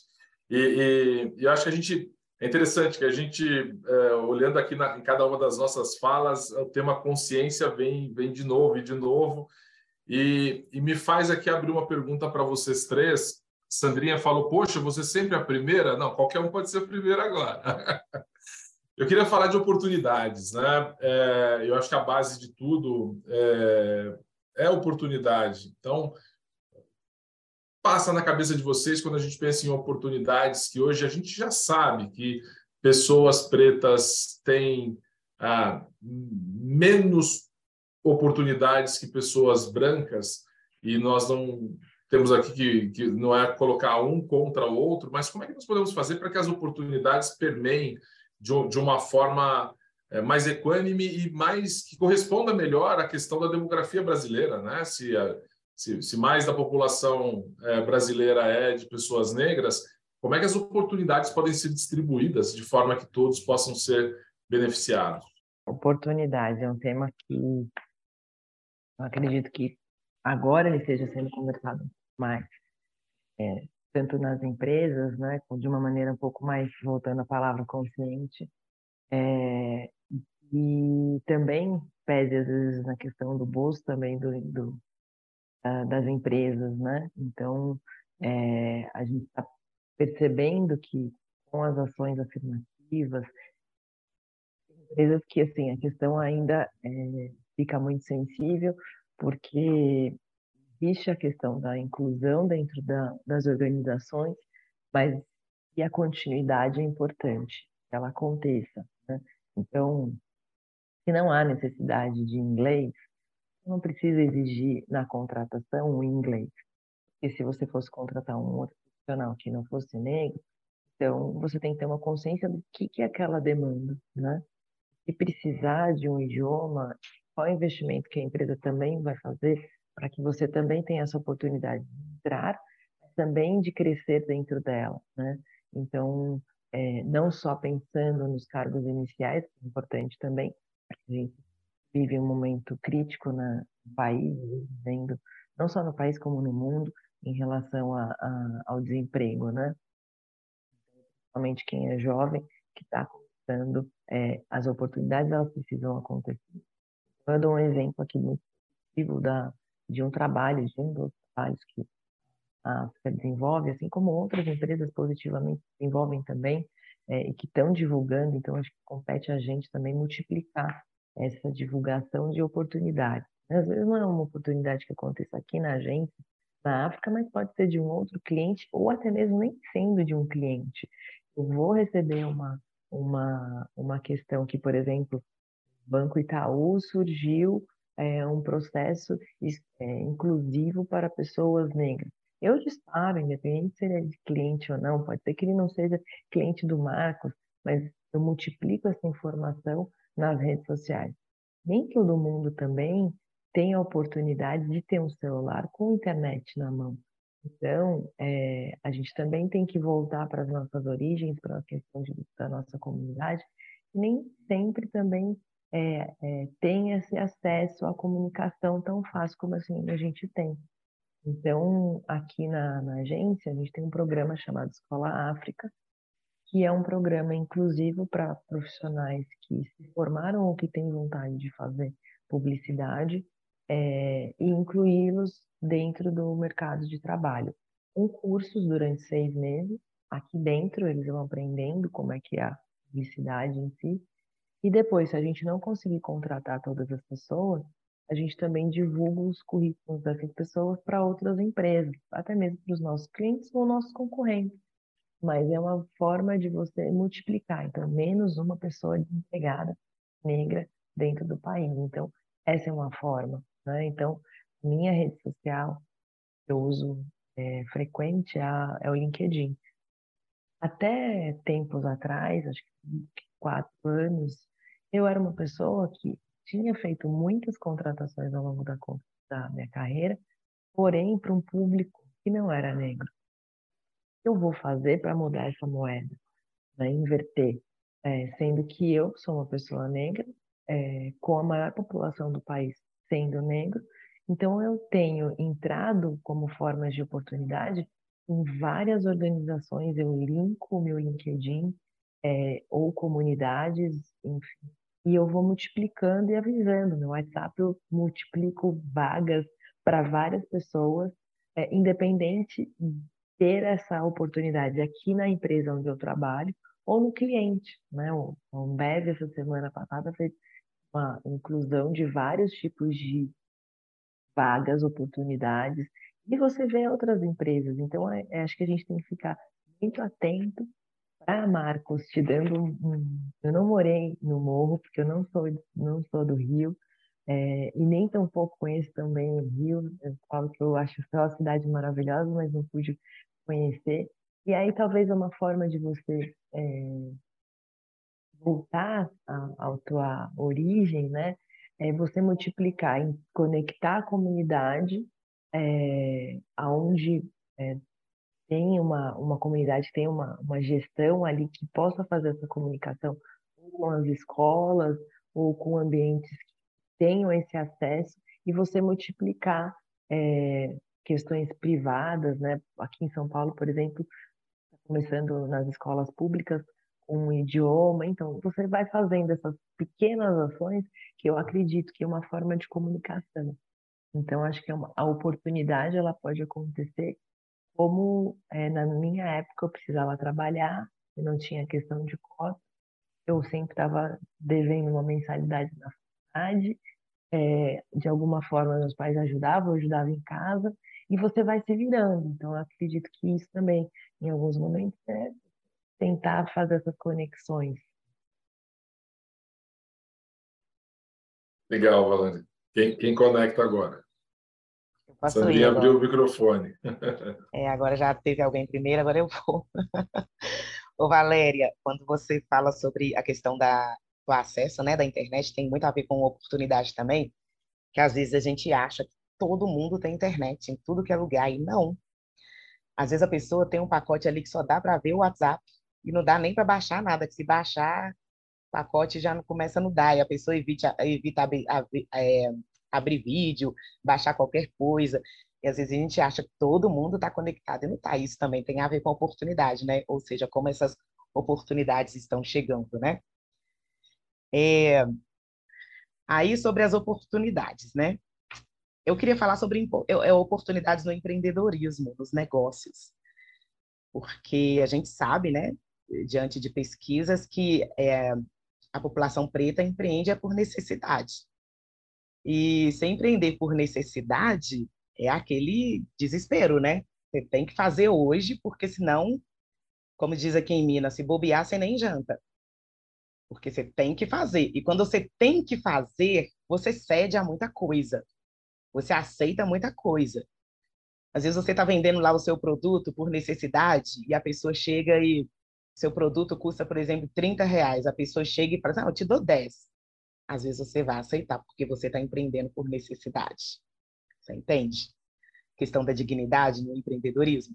E eu acho que a gente... É interessante que a gente, olhando aqui em cada uma das nossas falas, o tema consciência vem de novo e de novo. E me faz aqui abrir uma pergunta para vocês três. Sandrinha falou, poxa, você sempre é a primeira? Não, qualquer um pode ser a primeira agora. Eu queria falar de oportunidades, né? Eu acho que a base de tudo é oportunidade. Então, passa na cabeça de vocês quando a gente pensa em oportunidades que hoje a gente já sabe que pessoas pretas têm menos oportunidades que pessoas brancas e nós não temos aqui que não é colocar um contra o outro, mas como é que nós podemos fazer para que as oportunidades permeiem de uma forma mais equânime e mais que corresponda melhor à questão da demografia brasileira, né? Se mais da população brasileira é de pessoas negras, como é que as oportunidades podem ser distribuídas de forma que todos possam ser beneficiados? Oportunidade é um tema que eu acredito que agora ele esteja sendo conversado mais, tanto nas empresas, né, de uma maneira um pouco mais, voltando à palavra consciente, e também pese, às vezes, na questão do bolso também das empresas, né? Então, a gente está percebendo que com as ações afirmativas, empresas que, assim, a questão ainda fica muito sensível, porque existe a questão da inclusão dentro das organizações, mas e a continuidade é importante que ela aconteça, né? Então, se não há necessidade de inglês, não precisa exigir na contratação o inglês. Porque se você fosse contratar um outro profissional que não fosse negro, então você tem que ter uma consciência do que é aquela demanda, né? Se precisar de um idioma, qual é o investimento que a empresa também vai fazer para que você também tenha essa oportunidade de entrar, também de crescer dentro dela, né? Então, não só pensando nos cargos iniciais, que é importante também, porque a gente vive um momento crítico no país, vivendo não só no país como no mundo, em relação ao desemprego, né? principalmente quem é jovem, que está começando, as oportunidades elas precisam acontecer. Eu dou um exemplo aqui muito positivo de um trabalho, de um dos trabalhos que a África desenvolve, assim como outras empresas positivamente desenvolvem também, e que estão divulgando, então acho que compete a gente também multiplicar essa divulgação de oportunidades. Às vezes não é uma oportunidade que aconteça aqui na agência, na África, mas pode ser de um outro cliente, ou até mesmo nem sendo de um cliente. Eu vou receber uma questão que, por exemplo, Banco Itaú surgiu um processo inclusivo para pessoas negras. Eu disparo, independente se ele é de cliente ou não, pode ser que ele não seja cliente do Marcos, mas eu multiplico essa informação nas redes sociais. Nem todo mundo também tem a oportunidade de ter um celular com internet na mão. Então, a gente também tem que voltar para as nossas origens, para a questão da nossa comunidade, e nem sempre também tem esse acesso à comunicação tão fácil como assim a gente tem. Então, aqui na agência, a gente tem um programa chamado Escola África, que é um programa inclusivo para profissionais que se formaram ou que têm vontade de fazer publicidade, e incluí-los dentro do mercado de trabalho. Com cursos durante 6 meses, aqui dentro eles vão aprendendo como é que é a publicidade em si, e depois, se a gente não conseguir contratar todas as pessoas, a gente também divulga os currículos dessas pessoas para outras empresas, até mesmo para os nossos clientes ou nossos concorrentes. Mas é uma forma de você multiplicar. Então, menos uma pessoa desempregada negra dentro do país. Então, essa é uma forma, né? Então, minha rede social que eu uso frequente é o LinkedIn. Até tempos atrás, acho que 4 anos, eu era uma pessoa que tinha feito muitas contratações ao longo da minha carreira, porém para um público que não era negro. O que eu vou fazer para mudar essa moeda, né? Inverter? Sendo que eu sou uma pessoa negra, com a maior população do país sendo negro, então eu tenho entrado como formas de oportunidade em várias organizações, eu linko o meu LinkedIn, ou comunidades, enfim, e eu vou multiplicando e avisando. No WhatsApp eu multiplico vagas para várias pessoas, independente de ter essa oportunidade aqui na empresa onde eu trabalho ou no cliente, né? O Ambev, essa semana passada, fez uma inclusão de vários tipos de vagas, oportunidades, e você vê outras empresas. Então, acho que a gente tem que ficar muito atento. Ah, Marcos, te dando eu não morei no Morro, porque eu não sou do Rio, e nem tampouco conheço também o Rio. Eu falo que eu acho que é uma cidade maravilhosa, mas não pude conhecer. E aí, talvez uma forma de você voltar à tua origem, né? É você multiplicar, em conectar a comunidade, aonde tem uma comunidade, tem uma gestão ali que possa fazer essa comunicação com as escolas ou com ambientes que tenham esse acesso, e você multiplicar questões privadas, né? Aqui em São Paulo, por exemplo, começando nas escolas públicas com um idioma. Então, você vai fazendo essas pequenas ações que eu acredito que é uma forma de comunicação. Então, acho que a oportunidade ela pode acontecer como na minha época eu precisava trabalhar, eu não tinha questão de cota, eu sempre estava devendo uma mensalidade na faculdade, de alguma forma meus pais ajudavam, eu ajudava em casa, e você vai se virando. Então, eu acredito que isso também, em alguns momentos, é tentar fazer essas conexões. Legal, Valane. Quem conecta agora? Eu posso ir Sandrinha abriu agora. o microfone. Agora já teve alguém primeiro, agora eu vou. Ô, Valéria, quando você fala sobre a questão do acesso, né, da internet, tem muito a ver com oportunidade também, que às vezes a gente acha que todo mundo tem internet em tudo que é lugar, e não. Às vezes a pessoa tem um pacote ali que só dá para ver o WhatsApp e não dá nem para baixar nada, que se baixar, o pacote já não começa a não dar, e a pessoa evita abrir vídeo, baixar qualquer coisa. E às vezes a gente acha que todo mundo está conectado e não está. Isso também tem a ver com oportunidade, né? Ou seja, como essas oportunidades estão chegando, né? Aí, sobre as oportunidades, né? Eu queria falar sobre oportunidades no empreendedorismo, nos negócios, porque a gente sabe, né, diante de pesquisas, que a população preta empreende por necessidade. E se empreender por necessidade é aquele desespero, né? Você tem que fazer hoje, porque senão, como diz aqui em Minas, se bobear, você nem janta. Porque você tem que fazer. E quando você tem que fazer, você cede a muita coisa. Você aceita muita coisa. Às vezes você está vendendo lá o seu produto por necessidade e a pessoa chega e seu produto custa, por exemplo, R$ 30. A pessoa chega e fala assim, eu te dou 10. Às vezes você vai aceitar porque você está empreendendo por necessidade. Você entende? Questão da dignidade no empreendedorismo.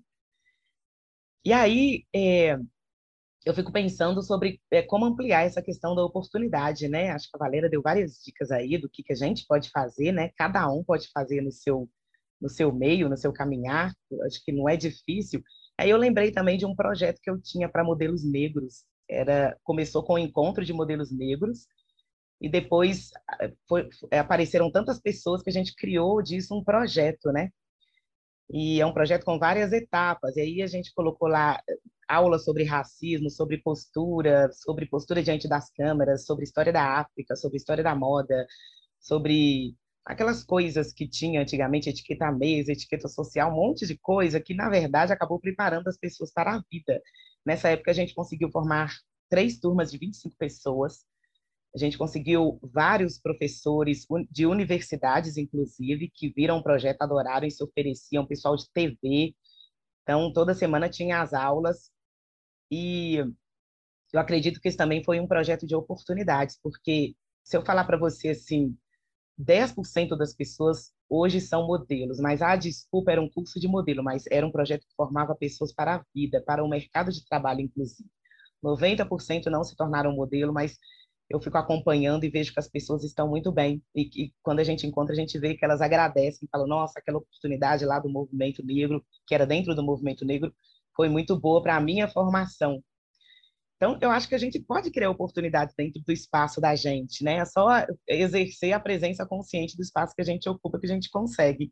E aí, eu fico pensando sobre como ampliar essa questão da oportunidade, né? Acho que a Valéria deu várias dicas aí do que a gente pode fazer, né? Cada um pode fazer no seu meio, no seu caminhar. Eu acho que não é difícil. Aí eu lembrei também de um projeto que eu tinha para modelos negros. Começou com o encontro de modelos negros e depois apareceram tantas pessoas que a gente criou disso um projeto, né? E é um projeto com várias etapas. E aí a gente colocou lá aulas sobre racismo, sobre postura diante das câmeras, sobre história da África, sobre história da moda, sobre aquelas coisas que tinha antigamente, etiqueta à mesa, etiqueta social, um monte de coisa que, na verdade, acabou preparando as pessoas para a vida. Nessa época, a gente conseguiu formar 3 turmas de 25 pessoas. A gente conseguiu vários professores de universidades, inclusive, que viram o projeto, adoraram e se ofereciam, pessoal de TV. Então, toda semana tinha as aulas. E eu acredito que isso também foi um projeto de oportunidades, porque se eu falar para você assim, 10% das pessoas hoje são modelos, mas desculpa, era um curso de modelo, mas era um projeto que formava pessoas para a vida, para o mercado de trabalho, inclusive. 90% não se tornaram modelo, mas eu fico acompanhando e vejo que as pessoas estão muito bem. E quando a gente encontra, a gente vê que elas agradecem, falam, nossa, aquela oportunidade lá do movimento negro, que era dentro do movimento negro, foi muito boa para a minha formação. Então, eu acho que a gente pode criar oportunidades dentro do espaço da gente, né? É só exercer a presença consciente do espaço que a gente ocupa, que a gente consegue.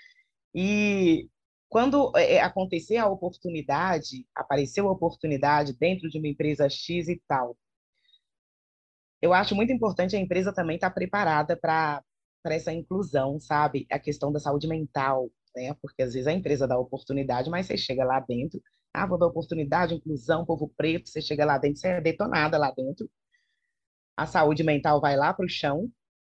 E quando acontecer a oportunidade, apareceu a oportunidade dentro de uma empresa X e tal, eu acho muito importante a empresa também estar preparada para essa inclusão, sabe? A questão da saúde mental, né? Porque às vezes a empresa dá oportunidade, mas você chega lá dentro, vou dar oportunidade, inclusão, povo preto, você chega lá dentro, você é detonada lá dentro. A saúde mental vai lá para o chão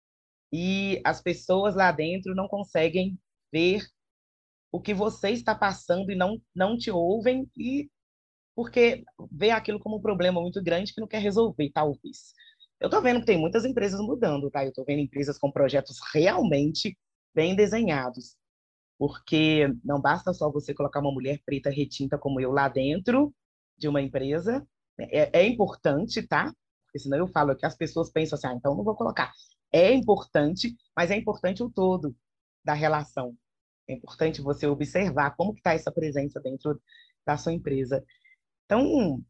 e as pessoas lá dentro não conseguem ver o que você está passando e não te ouvem e porque vê aquilo como um problema muito grande que não quer resolver, talvez. Eu estou vendo que tem muitas empresas mudando, tá? Eu estou vendo empresas com projetos realmente bem desenhados, porque não basta só você colocar uma mulher preta retinta como eu lá dentro de uma empresa, é importante, tá? Porque senão eu falo que as pessoas pensam assim, então não vou colocar. É importante, mas é importante o todo da relação. É importante você observar como que está essa presença dentro da sua empresa. Então,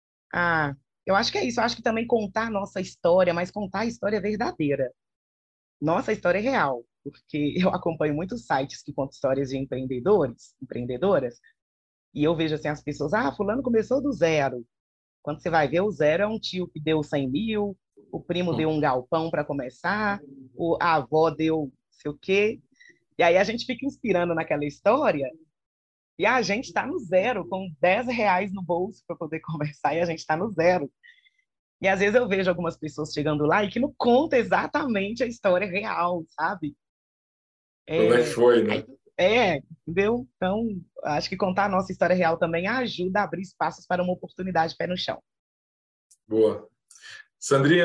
eu acho que é isso. Eu acho que também contar a nossa história, mas contar a história verdadeira. Nossa história é real, porque eu acompanho muitos sites que contam histórias de empreendedores, empreendedoras, e eu vejo assim as pessoas, fulano começou do zero. Quando você vai ver, o zero é um tio que deu 100 mil, o primo deu um galpão para começar, a avó deu não sei o quê. E aí a gente fica inspirando naquela história e a gente está no zero, com R$ 10 no bolso para poder começar, e a gente está no zero. E às vezes eu vejo algumas pessoas chegando lá e que não conta exatamente a história real, sabe? Como é que foi, né? Entendeu? Então, acho que contar a nossa história real também ajuda a abrir espaços para uma oportunidade pé no chão. Boa. Sandrinha,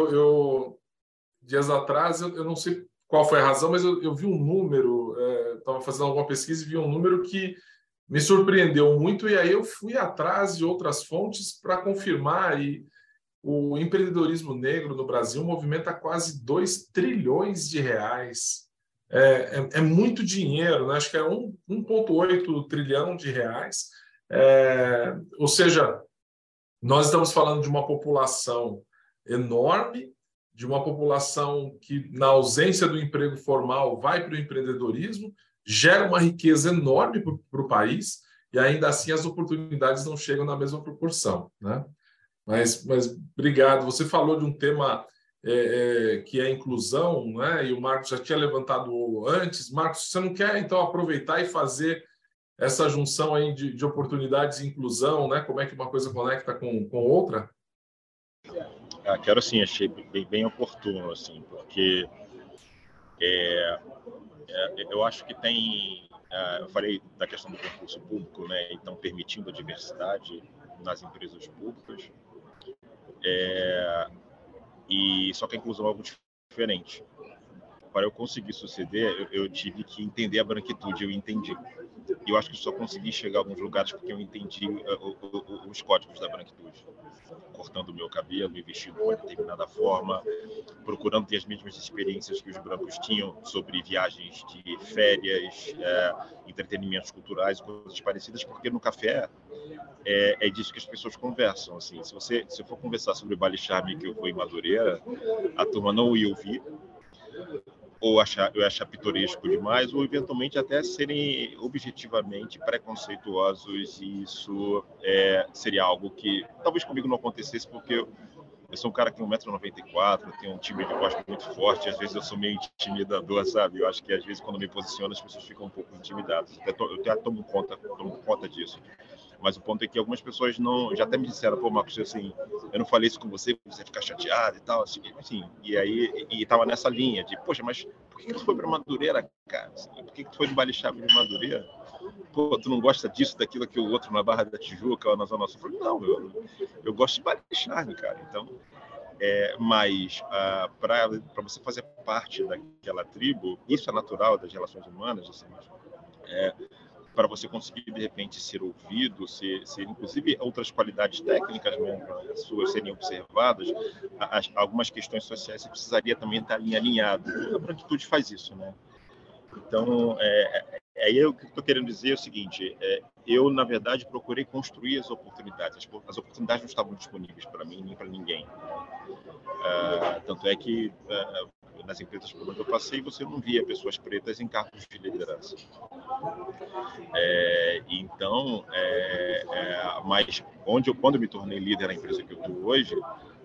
dias atrás, eu não sei qual foi a razão, mas eu vi um número, estava fazendo alguma pesquisa e vi um número que me surpreendeu muito, e aí eu fui atrás de outras fontes para confirmar, e o empreendedorismo negro no Brasil movimenta quase 2 trilhões de reais. É muito dinheiro, né? Acho que é 1,8 trilhão de reais. Ou seja, Nós estamos falando de uma população enorme, de uma população que, na ausência do emprego formal, vai para o empreendedorismo, gera uma riqueza enorme para o país, e ainda assim as oportunidades não chegam na mesma proporção, né? Mas obrigado. Você falou de um tema que é a inclusão, né? E o Marcos já tinha levantado antes. Marcos, você não quer, então, aproveitar e fazer essa junção aí de oportunidades e inclusão, né? Como é que uma coisa conecta com outra? Quero sim, achei bem oportuno, assim, porque eu acho que tem... eu falei da questão do concurso público, né? Então, permitindo a diversidade nas empresas públicas. E só que a inclusão é algo diferente. Para eu conseguir suceder, eu tive que entender a branquitude, eu entendi. E eu acho que só consegui chegar a alguns lugares porque eu entendi os códigos da branquitude. Cortando o meu cabelo, me vestindo de uma determinada forma, procurando ter as mesmas experiências que os brancos tinham sobre viagens de férias, entretenimentos culturais, coisas parecidas, porque no café é disso que as pessoas conversam. Assim, se eu for conversar sobre o baile charme que eu fui em Madureira, a turma não ia ouvir, ou eu achar pitoresco demais, ou eventualmente até serem objetivamente preconceituosos, e isso seria algo que talvez comigo não acontecesse, porque eu sou um cara que tem 1,94 m, tenho um timbre de voz muito forte, às vezes eu sou meio intimidador, sabe? Eu acho que às vezes quando me posiciono as pessoas ficam um pouco intimidadas. Eu até tomo conta disso. Mas o ponto é que algumas pessoas já até me disseram, pô, Marcos, assim, eu não falei isso com você ficar chateado e tal, assim, e aí tava nessa linha de, poxa, mas por que tu foi para Madureira, cara? Assim, por que tu foi no baile charme de Madureira? Pô, tu não gosta disso, daquilo, aquilo outro na Barra da Tijuca ou na Zona Sul? Eu falei, não, eu gosto de baile charme, cara, então... mas para você fazer parte daquela tribo, isso é natural das relações humanas, assim, para você conseguir, de repente, ser ouvido, ser inclusive outras qualidades técnicas, né, suas serem observadas, algumas questões sociais você precisaria também estar alinhado. A branquitude faz isso, né? Então, aí o que eu estou querendo dizer é o seguinte, eu, na verdade, procurei construir as oportunidades. As oportunidades não estavam disponíveis para mim nem para ninguém. Tanto é que nas empresas por onde eu passei, você não via pessoas pretas em cargos de liderança. Então, mas quando eu me tornei líder na empresa que eu estou hoje,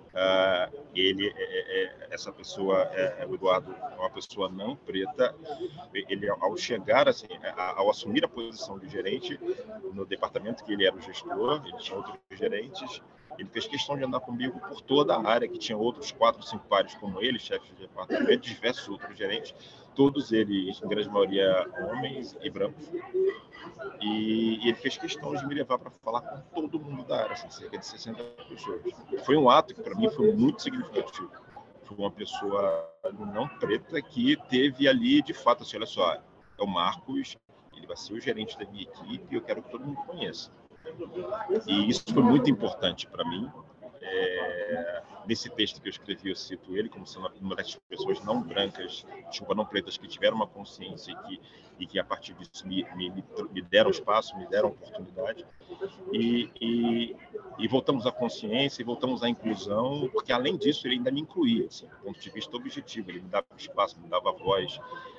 essa pessoa, o Eduardo, é uma pessoa não preta. Ele, ao chegar, assim, ao assumir a posição de gerente no departamento que ele era o gestor, ele tinha outros gerentes, ele fez questão de andar comigo por toda a área, que tinha outros 4 ou 5 pares como ele, chefes de departamento, diversos outros gerentes, todos eles, em grande maioria, homens e brancos. E ele fez questão de me levar para falar com todo mundo da área, assim, cerca de 60 pessoas. Foi um ato que, para mim, foi muito significativo. Foi uma pessoa não preta que teve ali, de fato, assim, olha só, é o Marcos, ele vai ser o gerente da minha equipe e eu quero que todo mundo conheça. E isso foi muito importante para mim. Nesse texto que eu escrevi, eu cito ele como sendo uma das pessoas não brancas, não pretas, que tiveram uma consciência e que a partir disso me deram espaço, me deram oportunidade. E voltamos à consciência e voltamos à inclusão, porque além disso ele ainda me incluía, assim, do ponto de vista objetivo, ele me dava espaço, me dava voz,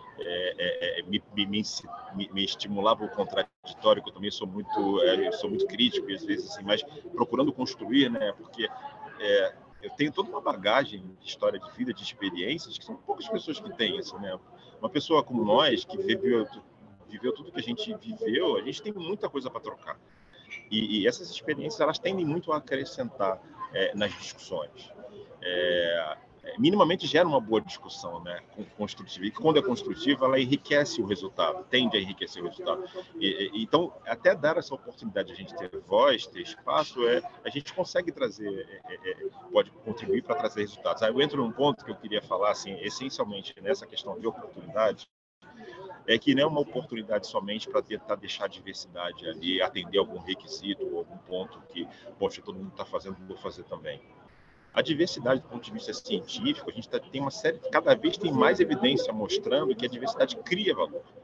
me estimulava o contraditório, que eu também sou muito crítico às vezes, assim, mas procurando construir, né, porque eu tenho toda uma bagagem de história de vida, de experiências, que são poucas pessoas que têm, assim, né? Uma pessoa como nós, que viveu tudo que a gente viveu, a gente tem muita coisa para trocar. E essas experiências, elas tendem muito a acrescentar nas discussões. Minimamente gera uma boa discussão, né, construtiva. E quando é construtiva, ela enriquece o resultado, tende a enriquecer o resultado. Então, até dar essa oportunidade de a gente ter voz, ter espaço, a gente consegue trazer, pode contribuir para trazer resultados. Aí eu entro num ponto que eu queria falar, assim, essencialmente nessa questão de oportunidade, que não é uma oportunidade somente para tentar deixar a diversidade ali, atender algum requisito ou algum ponto que, poxa, todo mundo está fazendo, vou fazer também. A diversidade, do ponto de vista científico, a gente tem uma série, cada vez tem mais evidência mostrando que a diversidade cria valor.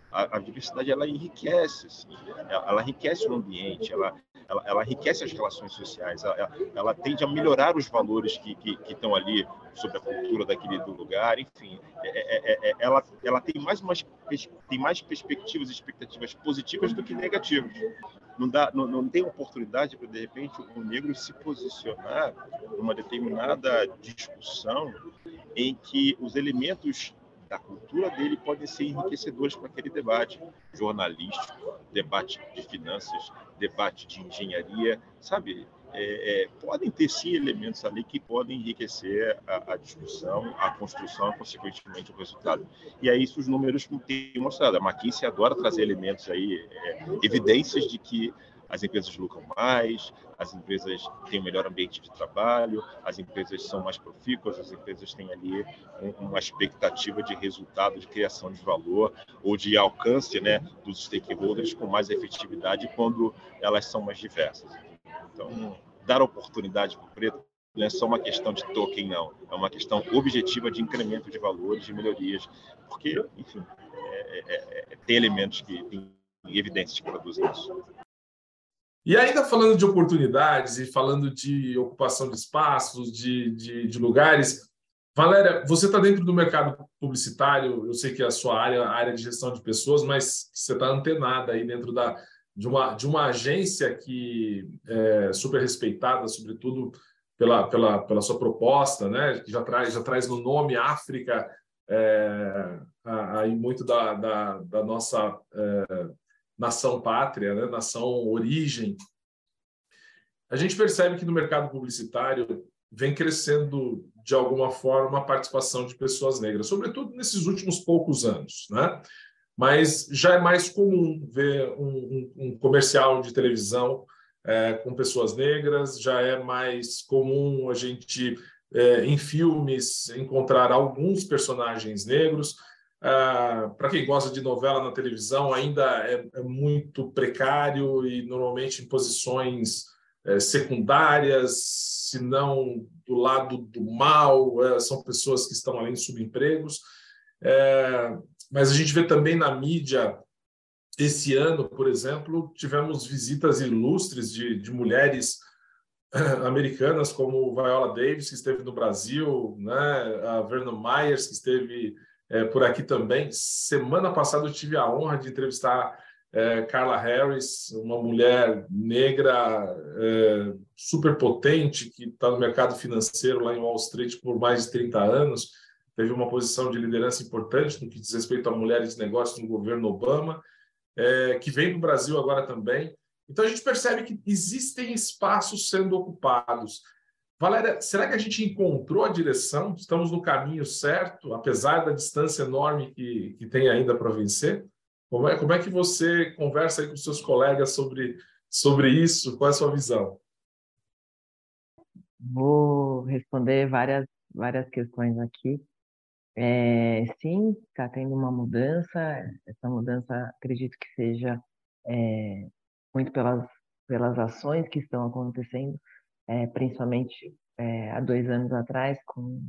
A diversidade, ela enriquece, assim, ela enriquece o ambiente, ela enriquece as relações sociais, ela tende a melhorar os valores que estão ali sobre a cultura daquele do lugar, enfim, ela tem tem mais perspectivas e expectativas positivas do que negativas. Não tem oportunidade para, de repente, o negro se posicionar numa determinada discussão em que os elementos da cultura dele podem ser enriquecedores para aquele debate jornalístico, debate de finanças, debate de engenharia, sabe? Podem ter, sim, elementos ali que podem enriquecer a discussão, a construção e, consequentemente, o resultado. E é isso os números têm mostrado. A McKinsey adora trazer elementos aí, evidências de que as empresas lucram mais, as empresas têm um melhor ambiente de trabalho, as empresas são mais profícuas, as empresas têm ali uma expectativa de resultado, de criação de valor ou de alcance, né, dos stakeholders com mais efetividade quando elas são mais diversas. Então, dar oportunidade para o preto não é só uma questão de token, não. É uma questão objetiva de incremento de valores, de melhorias, porque, enfim, tem elementos que têm evidências que produzem isso. E ainda falando de oportunidades e falando de ocupação de espaços, de lugares, Valéria, você está dentro do mercado publicitário, eu sei que é a sua área, a área de gestão de pessoas, mas você está antenada aí dentro de uma agência que é super respeitada, sobretudo pela sua proposta, né? Que já traz no nome África, aí muito da nossa nação pátria, né? Nação origem. A gente percebe que no mercado publicitário vem crescendo, de alguma forma, a participação de pessoas negras, sobretudo nesses últimos poucos anos, né? Mas já é mais comum ver um comercial de televisão com pessoas negras, já é mais comum a gente, em filmes, encontrar alguns personagens negros. Para quem gosta de novela na televisão, ainda é muito precário e normalmente em posições secundárias, se não do lado do mal, são pessoas que estão além de subempregos. Mas a gente vê também na mídia, esse ano, por exemplo, tivemos visitas ilustres de mulheres americanas, como Viola Davis, que esteve no Brasil, né? A Vernon Myers, que esteve por aqui também. Semana passada eu tive a honra de entrevistar Carla Harris, uma mulher negra super potente, que está no mercado financeiro lá em Wall Street por mais de 30 anos, teve uma posição de liderança importante no que diz respeito a mulheres de negócios no governo Obama, que vem para o Brasil agora também. Então, a gente percebe que existem espaços sendo ocupados. Valéria, será que a gente encontrou a direção? Estamos no caminho certo, apesar da distância enorme que tem ainda para vencer? Como é que você conversa aí com seus colegas sobre isso? Qual é a sua visão? Vou responder várias questões aqui. Sim, está tendo uma mudança. Essa mudança, acredito que seja muito pelas ações que estão acontecendo, principalmente há 2 anos atrás, com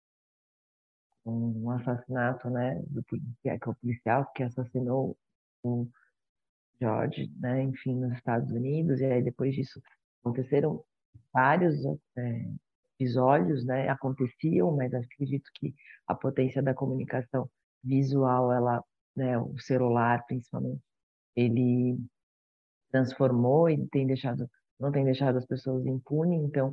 um assassinato, né, que é o policial que assassinou o George, né, enfim, nos Estados Unidos. E aí depois disso aconteceram vários episódios, né, aconteciam, mas acredito que a potência da comunicação visual, ela, né, o celular principalmente, ele transformou e não tem deixado as pessoas impunes. Então,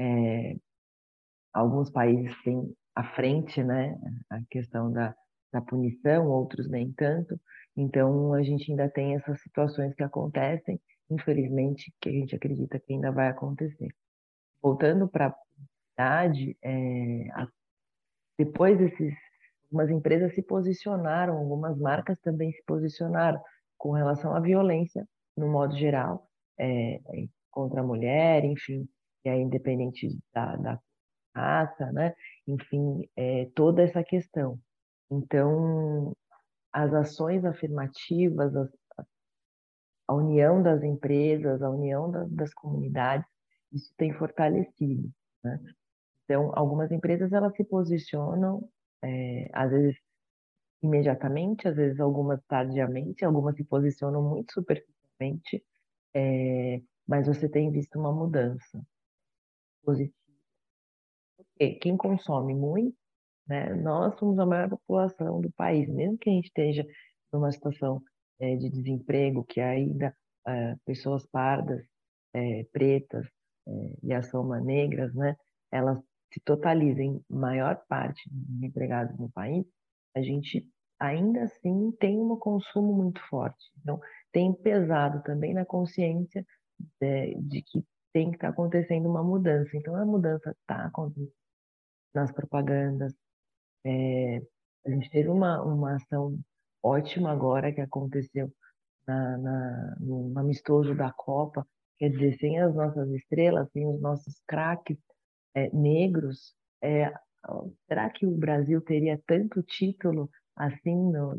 alguns países têm à frente, né, a questão da punição, outros nem tanto. Então, a gente ainda tem essas situações que acontecem, infelizmente, que a gente acredita que ainda vai acontecer. Voltando para a cidade, depois algumas empresas se posicionaram, algumas marcas também se posicionaram com relação à violência, no modo geral, contra a mulher, enfim, e aí, independente da raça, né? Enfim, toda essa questão. Então, as ações afirmativas, a união das empresas, a união das comunidades, isso tem fortalecido, né? Então, algumas empresas elas se posicionam, às vezes imediatamente, às vezes algumas tardiamente, algumas se posicionam muito superficialmente, mas você tem visto uma mudança positiva. Porque quem consome muito, né, nós somos a maior população do país, mesmo que a gente esteja numa situação de desemprego, que ainda pessoas pardas, pretas e as soma negras, né, elas se totalizem maior parte dos empregados no país, a gente ainda assim tem um consumo muito forte. Então, tem pesado também na consciência de que tem que estar acontecendo uma mudança. Então, a mudança está acontecendo nas propagandas. A gente teve uma ação ótima agora que aconteceu no amistoso da Copa. Quer dizer, sem as nossas estrelas, sem os nossos craques negros, é, será que o Brasil teria tanto título assim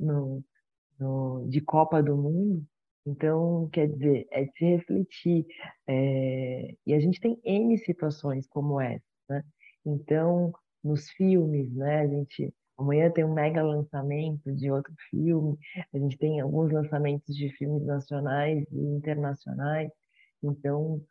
de Copa do Mundo? Então, quer dizer, é de se refletir. E a gente tem N situações como essa, né? Então, nos filmes, né? Amanhã tem um mega lançamento de outro filme, a gente tem alguns lançamentos de filmes nacionais e internacionais. Então,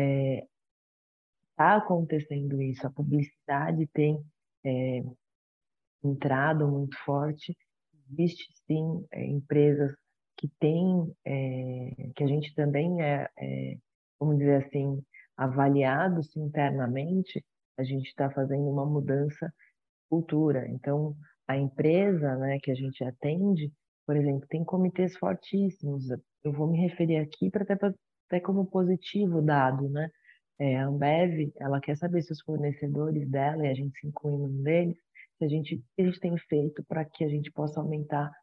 está acontecendo isso. A publicidade tem é, entrado muito forte. Existe sim empresas que têm, que a gente também vamos dizer assim, avaliados internamente, a gente está fazendo uma mudança de cultura. Então, a empresa, né, que a gente atende, por exemplo, tem comitês fortíssimos. Eu vou me referir aqui para até como positivo dado, né? A Ambev, ela quer saber se os fornecedores dela, e a gente se inclui num deles, se o que a gente tem feito para que a gente possa aumentar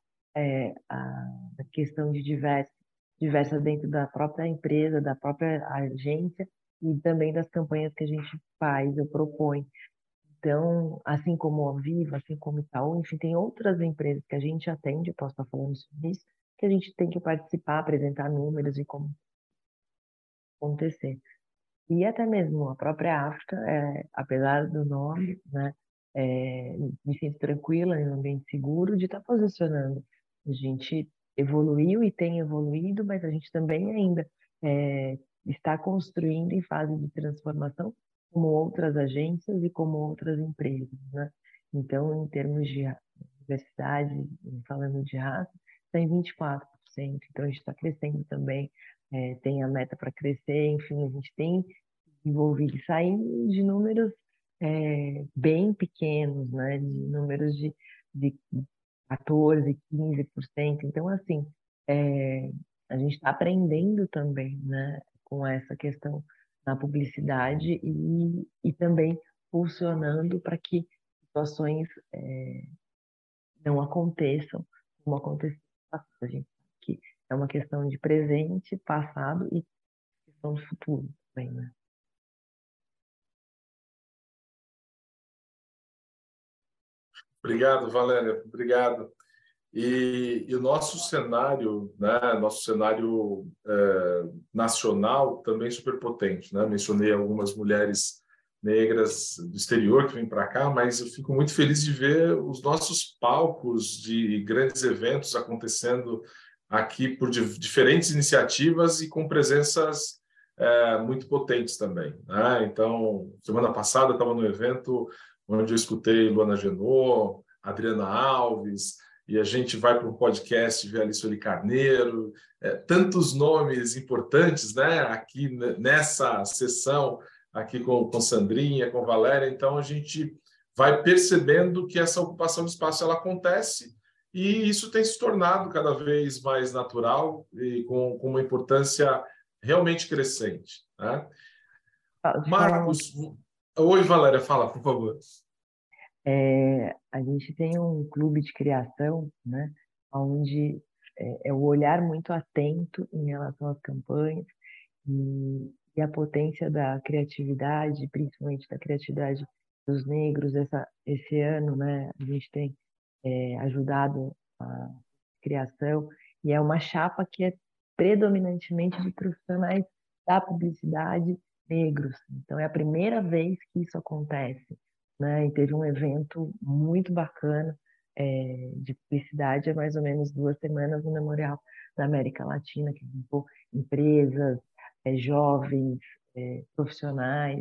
a questão de diversa dentro da própria empresa, da própria agência e também das campanhas que a gente faz ou propõe. Então, assim como a Viva, assim como Itaú, enfim, tem outras empresas que a gente atende, eu posso estar falando sobre isso, que a gente tem que participar, apresentar números e como acontecer. E até mesmo a própria África, apesar do nome, né, me sinto tranquila em um ambiente seguro de estar posicionando. A gente evoluiu e tem evoluído, mas a gente também ainda está construindo em fase de transformação, como outras agências e como outras empresas, né? Então, em termos de diversidade, falando de raça, está em 24%. Então, a gente está crescendo também, tem a meta para crescer, enfim, a gente tem envolvido e saindo de números bem pequenos, né? De números de 14, 15%. Então, assim, a gente está aprendendo também, né? Com essa questão na publicidade e também funcionando para que situações não aconteçam como aconteceu no passado. A gente sabe que é uma questão de presente, passado e questão do futuro também, né? Obrigado, Valéria. Obrigado. E o nosso cenário, né, nosso cenário nacional também super potente, né? Mencionei algumas mulheres negras do exterior que vêm para cá, mas eu fico muito feliz de ver os nossos palcos de grandes eventos acontecendo aqui por diferentes iniciativas e com presenças muito potentes também, né? Então, semana passada eu estava no evento onde eu escutei Luana Genot, Adriana Alves, e a gente vai para um podcast ver ali Sueli Carneiro, tantos nomes importantes, né, aqui nessa sessão, aqui com Sandrinha, com Valéria, então a gente vai percebendo que essa ocupação de espaço ela acontece e isso tem se tornado cada vez mais natural e com uma importância realmente crescente, né? Marcos, oi Valéria, fala, por favor. A gente tem um clube de criação, né, onde é o olhar muito atento em relação às campanhas e a potência da criatividade, principalmente da criatividade dos negros. Esse ano, né, a gente tem ajudado a criação e é uma chapa que é predominantemente de profissionais da publicidade negros. Então, é a primeira vez que isso acontece, né? E teve um evento muito bacana de publicidade há mais ou menos 2 semanas no Memorial da América Latina, que juntou empresas, jovens, profissionais,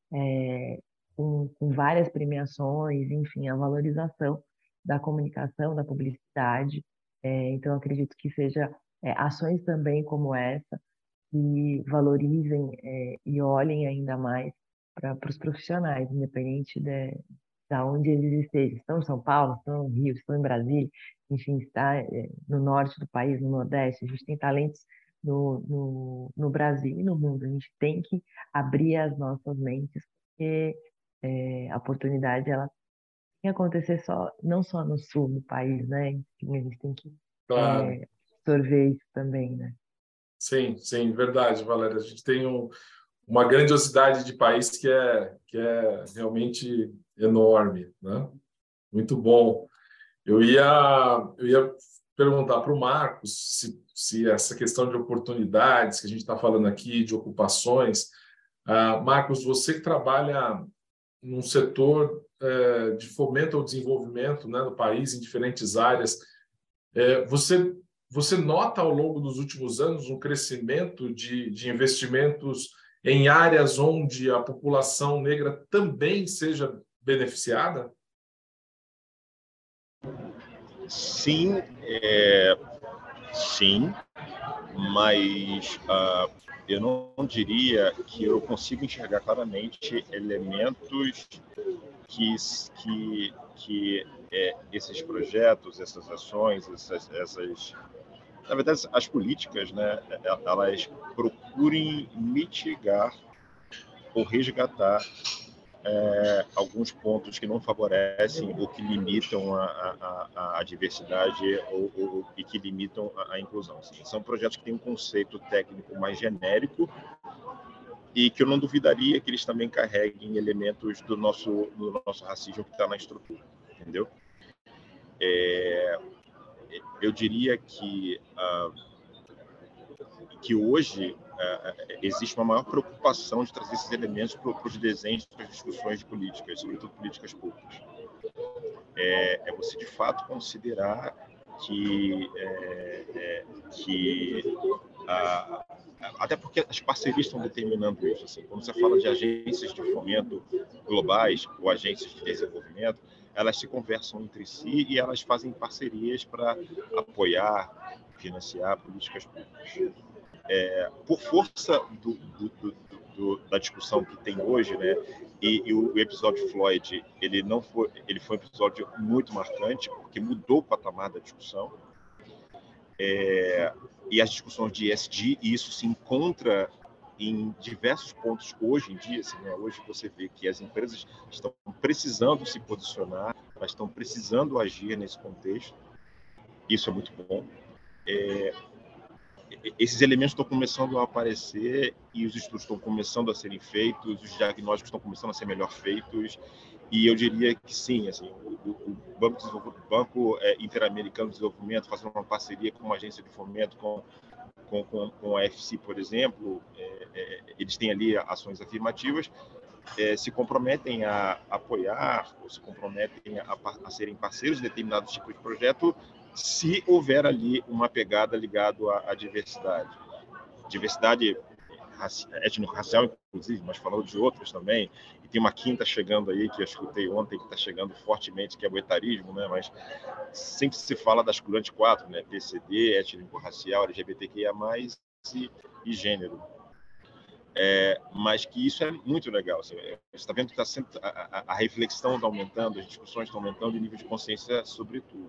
com várias premiações, enfim, a valorização da comunicação, da publicidade. Então, acredito que seja ações também como essa, que valorizem e olhem ainda mais para os profissionais, independente de onde eles estejam. Estão em São Paulo, estão no Rio, estão em Brasília, enfim, está no norte do país, no Nordeste. A gente tem talentos no Brasil e no mundo. A gente tem que abrir as nossas mentes, porque a oportunidade ela tem que acontecer não só no sul do país, né? Enfim, a gente tem que Claro. absorver isso também, né? Sim, sim, verdade, Valéria. A gente tem uma grandiosidade de país que é realmente enorme, né? Muito bom. Eu ia perguntar para o Marcos se essa questão de oportunidades que a gente está falando aqui, de ocupações. Marcos, você que trabalha num setor de fomento ao desenvolvimento, né, no país, em diferentes áreas, você nota ao longo dos últimos anos um crescimento de investimentos em áreas onde a população negra também seja beneficiada? Sim, sim, mas eu não diria que eu consigo enxergar claramente elementos que esses projetos, essas ações, na verdade, as políticas, né, elas procurem mitigar ou resgatar alguns pontos que não favorecem ou que limitam a diversidade e que limitam a inclusão. Assim, são projetos que têm um conceito técnico mais genérico e que eu não duvidaria que eles também carreguem elementos do nosso racismo que está na estrutura, entendeu? Eu diria que hoje existe uma maior preocupação de trazer esses elementos para os desenhos, para as discussões de políticas, sobretudo políticas públicas. É você, de fato, considerar que até porque as parcerias estão determinando isso. Assim, quando você fala de agências de fomento globais ou agências de desenvolvimento, elas se conversam entre si e elas fazem parcerias para apoiar, financiar políticas públicas. Por força da discussão que tem hoje, né? E o episódio Floyd, ele foi um episódio muito marcante porque mudou o patamar da discussão. E as discussões de ESG, e isso se encontra em diversos pontos hoje em dia. Assim, né? Hoje você vê que as empresas estão precisando se posicionar, elas estão precisando agir nesse contexto. Isso é muito bom. Esses elementos estão começando a aparecer e os estudos estão começando a serem feitos, os diagnósticos estão começando a ser melhor feitos, e eu diria que sim, assim, o Banco Interamericano de Desenvolvimento, fazendo uma parceria com uma agência de fomento, com a FC, por exemplo, eles têm ali ações afirmativas, se comprometem a apoiar, ou se comprometem a serem parceiros de determinados tipos de projeto, se houver ali uma pegada ligada à diversidade. Diversidade étnico-racial, inclusive, mas falando de outros também. E tem uma quinta chegando aí, que eu escutei ontem, que está chegando fortemente, que é o etarismo, né? Mas sempre se fala das grandes quatro, né? PCD, étnico-racial, LGBTQIA+, e gênero. Mas que isso é muito legal. Assim, você está vendo que a reflexão está aumentando, as discussões estão aumentando e o nível de consciência, sobretudo.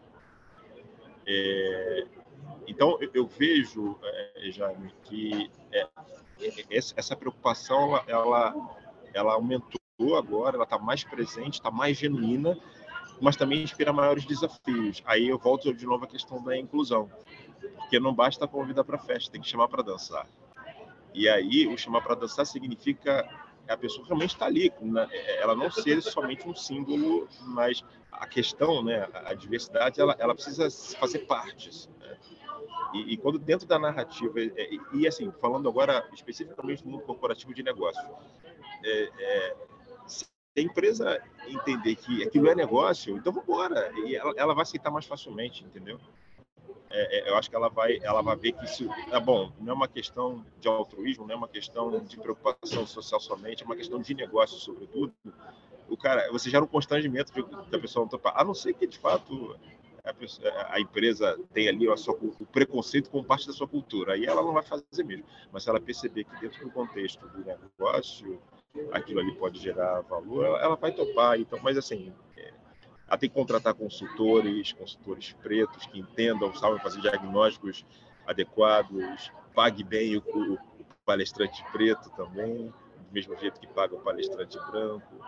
Então, eu vejo, Jaime, que essa preocupação ela aumentou agora, ela está mais presente, está mais genuína, mas também inspira maiores desafios. Aí eu volto de novo à questão da inclusão, porque não basta convidar para a festa, tem que chamar para dançar. E aí, o chamar para dançar significa a pessoa realmente está ali, ela não ser somente um símbolo, mas a questão, né, a diversidade, ela precisa fazer parte. Né? E quando dentro da narrativa, e assim, falando agora especificamente do mundo corporativo de negócios, a empresa entender que aquilo é negócio, então vamos embora. E ela vai aceitar mais facilmente, entendeu? Eu acho que ela vai ver que isso é bom. Não é uma questão de altruísmo, não é uma questão de preocupação social somente, é uma questão de negócio, sobretudo. Você gera um constrangimento da pessoa não topar. A não ser que, de fato, a empresa tem ali o preconceito como parte da sua cultura. Aí ela não vai fazer mesmo. Mas se ela perceber que dentro do contexto do negócio, aquilo ali pode gerar valor, ela vai topar. Então, mas assim, ela tem que contratar consultores pretos que entendam, saibam fazer diagnósticos adequados, pague bem o palestrante preto também, do mesmo jeito que paga o palestrante branco.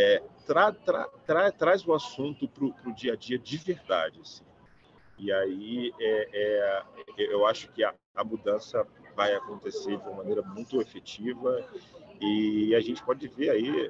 Traz o assunto para o dia a dia de verdade. Assim. E aí eu acho que a mudança vai acontecer de uma maneira muito efetiva e a gente pode ver aí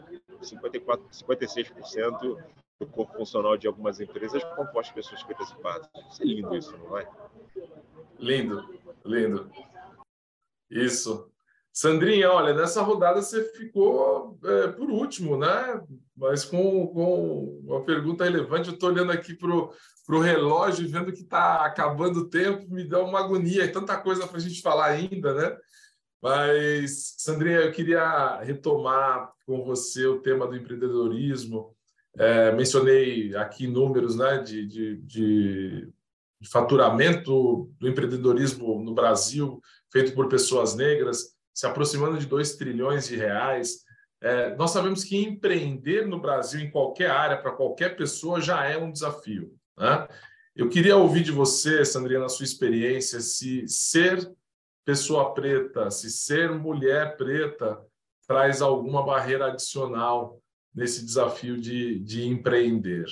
56% do corpo funcional de algumas empresas composto de pessoas pretas e pardas. Isso é lindo, isso, não é? Lindo, lindo. Isso. Sandrinha, olha, nessa rodada você ficou por último, né? Mas com uma pergunta relevante, eu estou olhando aqui para o relógio e vendo que está acabando o tempo, me dá uma agonia, tanta coisa para a gente falar ainda, né? Mas, Sandrinha, eu queria retomar com você o tema do empreendedorismo. Mencionei aqui números, né, de faturamento do empreendedorismo no Brasil, feito por pessoas negras, se aproximando de 2 trilhões de reais. Nós sabemos que empreender no Brasil, em qualquer área, para qualquer pessoa, já é um desafio, né? Eu queria ouvir de você, Sandrinha, na sua experiência, se ser pessoa preta, se ser mulher preta, traz alguma barreira adicional nesse desafio de empreender.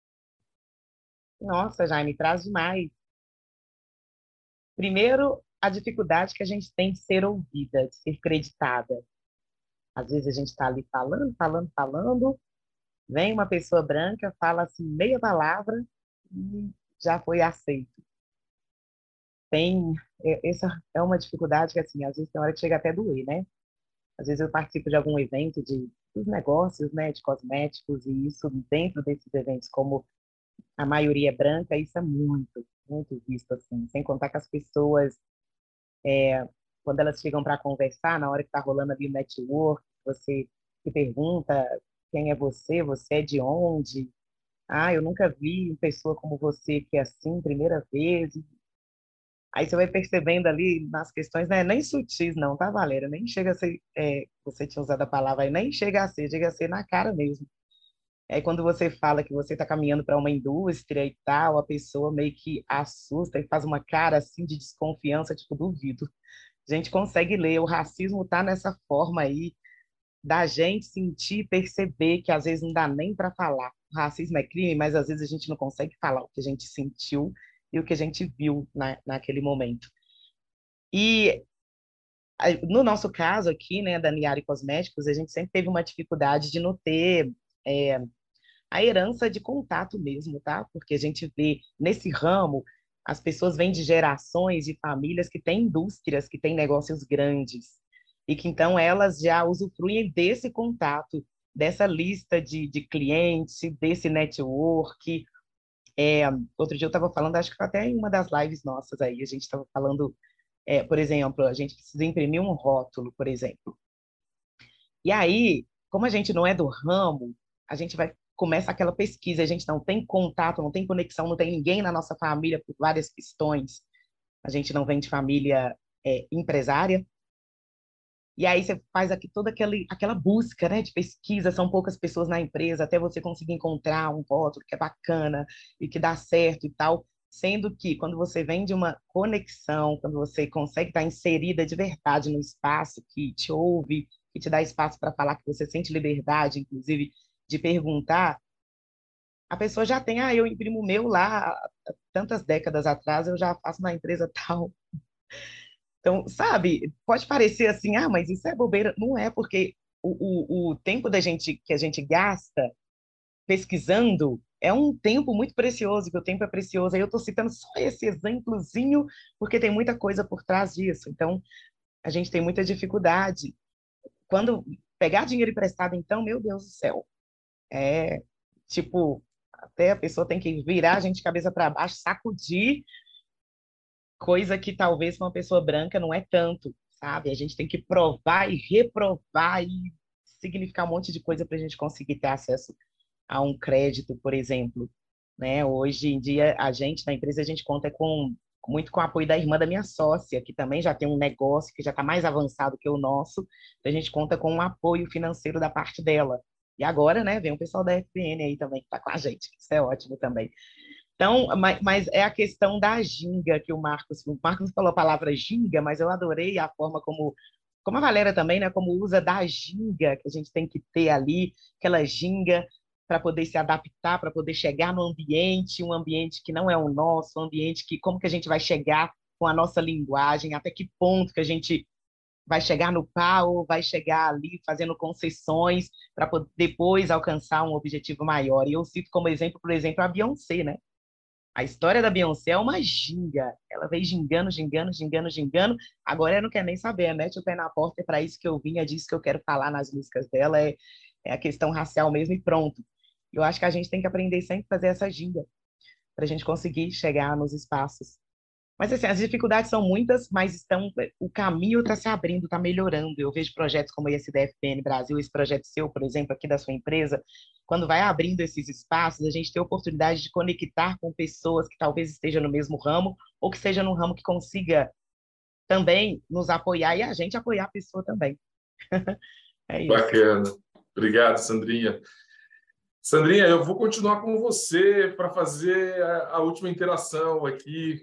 Nossa, Jaime, traz demais. Primeiro, a dificuldade que a gente tem de ser ouvida, de ser creditada. Às vezes a gente está ali falando, vem uma pessoa branca, fala assim meia palavra e já foi aceito. Essa é uma dificuldade que, assim, às vezes tem hora que chega até a doer, né? Às vezes eu participo de algum evento dos negócios, né, de cosméticos, e isso dentro desses eventos, como a maioria é branca, isso é muito, muito visto, assim. Sem contar que as pessoas, quando elas chegam para conversar, na hora que está rolando ali o network, você se pergunta quem é você é de onde? Ah, eu nunca vi uma pessoa como você que é assim, primeira vez. Aí você vai percebendo ali nas questões, né, nem sutis não, tá, Valéria? Nem chega a ser, você tinha usado a palavra aí, nem chega a ser na cara mesmo. Aí quando você fala que você está caminhando para uma indústria e tal, a pessoa meio que assusta e faz uma cara assim de desconfiança, tipo, duvido. A gente consegue ler, o racismo tá nessa forma aí, da gente sentir, perceber que às vezes não dá nem para falar. O racismo é crime, mas às vezes a gente não consegue falar o que a gente sentiu e o que a gente viu naquele momento. E no nosso caso aqui, né, da Niari Cosméticos, a gente sempre teve uma dificuldade de não ter a herança de contato mesmo, tá? Porque a gente vê nesse ramo, as pessoas vêm de gerações de famílias que têm indústrias, que têm negócios grandes, e que então elas já usufruem desse contato, dessa lista de clientes, desse network. Outro dia eu estava falando, acho que foi até em uma das lives nossas aí, a gente estava falando, por exemplo, a gente precisa imprimir um rótulo, por exemplo. E aí, como a gente não é do ramo, a gente começa aquela pesquisa, a gente não tem contato, não tem conexão, não tem ninguém na nossa família por várias questões. A gente não vem de família empresária. E aí você faz aqui toda aquela busca, né, de pesquisa, são poucas pessoas na empresa, até você conseguir encontrar um rótulo que é bacana e que dá certo e tal. Sendo que quando você vem de uma conexão, quando você consegue estar inserida de verdade no espaço que te ouve, que te dá espaço para falar, que você sente liberdade, inclusive, de perguntar, a pessoa já tem, eu imprimo o meu lá, há tantas décadas atrás, eu já faço na empresa tal. Então, sabe, pode parecer assim, mas isso é bobeira. Não é, porque o tempo que a gente gasta pesquisando é um tempo muito precioso, que o tempo é precioso. Aí eu estou citando só esse exemplozinho, porque tem muita coisa por trás disso. Então, a gente tem muita dificuldade. Quando pegar dinheiro emprestado, então, meu Deus do céu, É, tipo, até a pessoa tem que virar a gente de cabeça para baixo, sacudir, coisa que talvez para uma pessoa branca não é tanto, sabe? A gente tem que provar e reprovar e significar um monte de coisa para a gente conseguir ter acesso a um crédito, por exemplo, né? Hoje em dia, a gente, na empresa, a gente conta muito com o apoio da irmã da minha sócia, que também já tem um negócio que já está mais avançado que o nosso, então a gente conta com um apoio financeiro da parte dela. E agora, né, vem o pessoal da FPN aí também, que está com a gente, isso é ótimo também. Então, mas é a questão da ginga que o Marcos falou a palavra ginga, mas eu adorei a forma como a Valéria também, né, como usa da ginga, que a gente tem que ter ali, aquela ginga para poder se adaptar, para poder chegar no ambiente, um ambiente que não é o nosso, um ambiente que, como que a gente vai chegar com a nossa linguagem, até que ponto que a gente vai chegar no pau, vai chegar ali fazendo concessões para depois alcançar um objetivo maior. E eu cito como exemplo, por exemplo, a Beyoncé, né? A história da Beyoncé é uma ginga. Ela veio gingando, gingando, gingando, gingando. Agora ela não quer nem saber. Mete o pé na porta, é para isso que eu vim, é disso que eu quero falar nas músicas dela. É a questão racial mesmo e pronto. Eu acho que a gente tem que aprender sempre a fazer essa ginga para a gente conseguir chegar nos espaços. Mas assim, as dificuldades são muitas, mas o caminho está se abrindo, está melhorando. Eu vejo projetos como esse da FPN Brasil, esse projeto seu, por exemplo, aqui da sua empresa, quando vai abrindo esses espaços, a gente tem a oportunidade de conectar com pessoas que talvez estejam no mesmo ramo, ou que esteja num ramo que consiga também nos apoiar e a gente apoiar a pessoa também. É isso. Bacana. Obrigado, Sandrinha. Sandrinha, eu vou continuar com você para fazer a última interação aqui,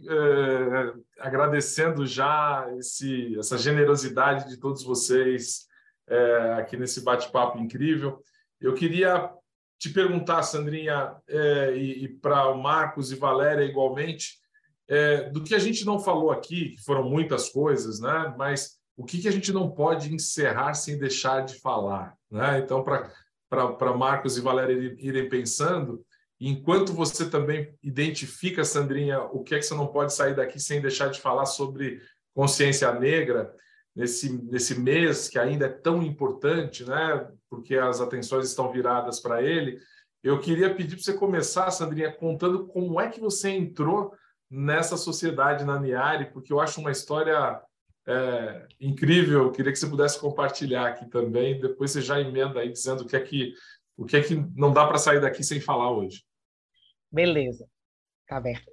agradecendo já essa generosidade de todos vocês aqui nesse bate-papo incrível. Eu queria te perguntar, Sandrinha, e para o Marcos e Valéria igualmente, do que a gente não falou aqui, que foram muitas coisas, né? Mas o que a gente não pode encerrar sem deixar de falar, né? Então, para Marcos e Valéria irem pensando, enquanto você também identifica, Sandrinha, o que é que você não pode sair daqui sem deixar de falar sobre consciência negra, nesse mês que ainda é tão importante, né? Porque as atenções estão viradas para ele. Eu queria pedir para você começar, Sandrinha, contando como é que você entrou nessa sociedade na Niari, porque eu acho uma história incrível. Eu queria que você pudesse compartilhar aqui também. Depois você já emenda aí dizendo o que é que não dá para sair daqui sem falar hoje. Beleza, tá aberto.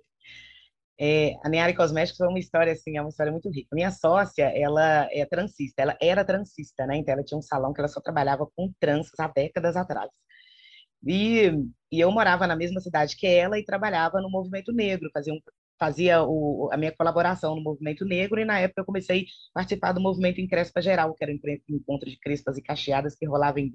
A Niari Cosméticos é uma história assim, é uma história muito rica. Minha sócia, ela é transista, ela era transista, né? Então ela tinha um salão que ela só trabalhava com tranças há décadas atrás. E, e eu morava na mesma cidade que ela e trabalhava no movimento negro, fazia a minha colaboração no movimento negro, e na época eu comecei a participar do movimento em Crespa Geral, que era um encontro de crespas e cacheadas que rolava em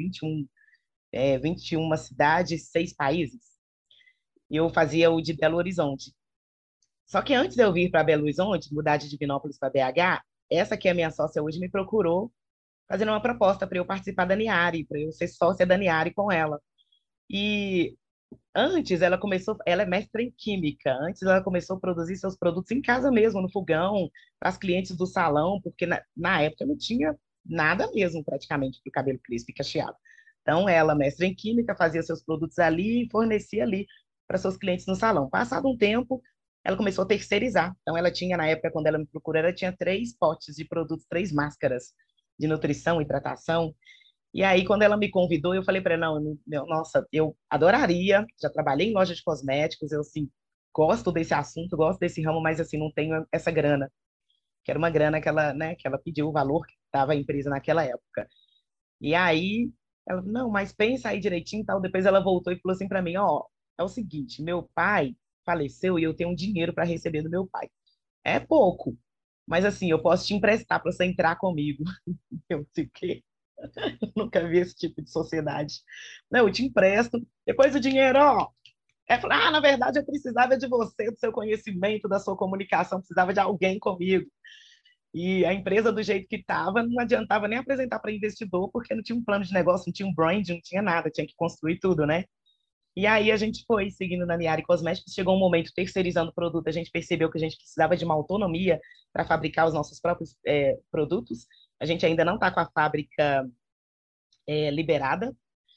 21 cidades, 6 países. E eu fazia o de Belo Horizonte. Só que antes de eu vir para Belo Horizonte, mudar de Divinópolis para BH, essa que é a minha sócia hoje me procurou fazendo uma proposta para eu participar da Niari, para eu ser sócia da Niari com ela. E antes ela é mestra em química, antes ela começou a produzir seus produtos em casa mesmo, no fogão, para as clientes do salão, porque na época não tinha nada mesmo praticamente para o cabelo crespo e cacheado. Então ela, mestra em química, fazia seus produtos ali e fornecia ali para seus clientes no salão. Passado um tempo, ela começou a terceirizar. Então ela tinha, na época, quando ela me procurou, ela tinha 3 potes de produtos, 3 máscaras de nutrição e hidratação. E aí, quando ela me convidou, eu falei para ela, não, nossa, eu adoraria, já trabalhei em loja de cosméticos, eu, assim, gosto desse assunto, gosto desse ramo, mas, assim, não tenho essa grana, que era uma grana que ela, né, que ela pediu o valor que estava a empresa naquela época. E aí, ela, não, mas pensa aí direitinho e tal. Depois ela voltou e falou assim para mim, ó, é o seguinte, meu pai faleceu e eu tenho um dinheiro para receber do meu pai. É pouco, mas, assim, eu posso te emprestar para você entrar comigo. Eu disse, o quê? Nunca vi esse tipo de sociedade. Não, eu te empresto, depois o dinheiro, ó. Na verdade, eu precisava de você, do seu conhecimento, da sua comunicação, precisava de alguém comigo. E a empresa, do jeito que estava, não adiantava nem apresentar para investidor, porque não tinha um plano de negócio, não tinha um brand, não tinha nada, tinha que construir tudo, né? E aí a gente foi seguindo na Niari Cosméticos, chegou um momento, terceirizando o produto, a gente percebeu que a gente precisava de uma autonomia para fabricar os nossos próprios produtos. A gente ainda não está com a fábrica liberada,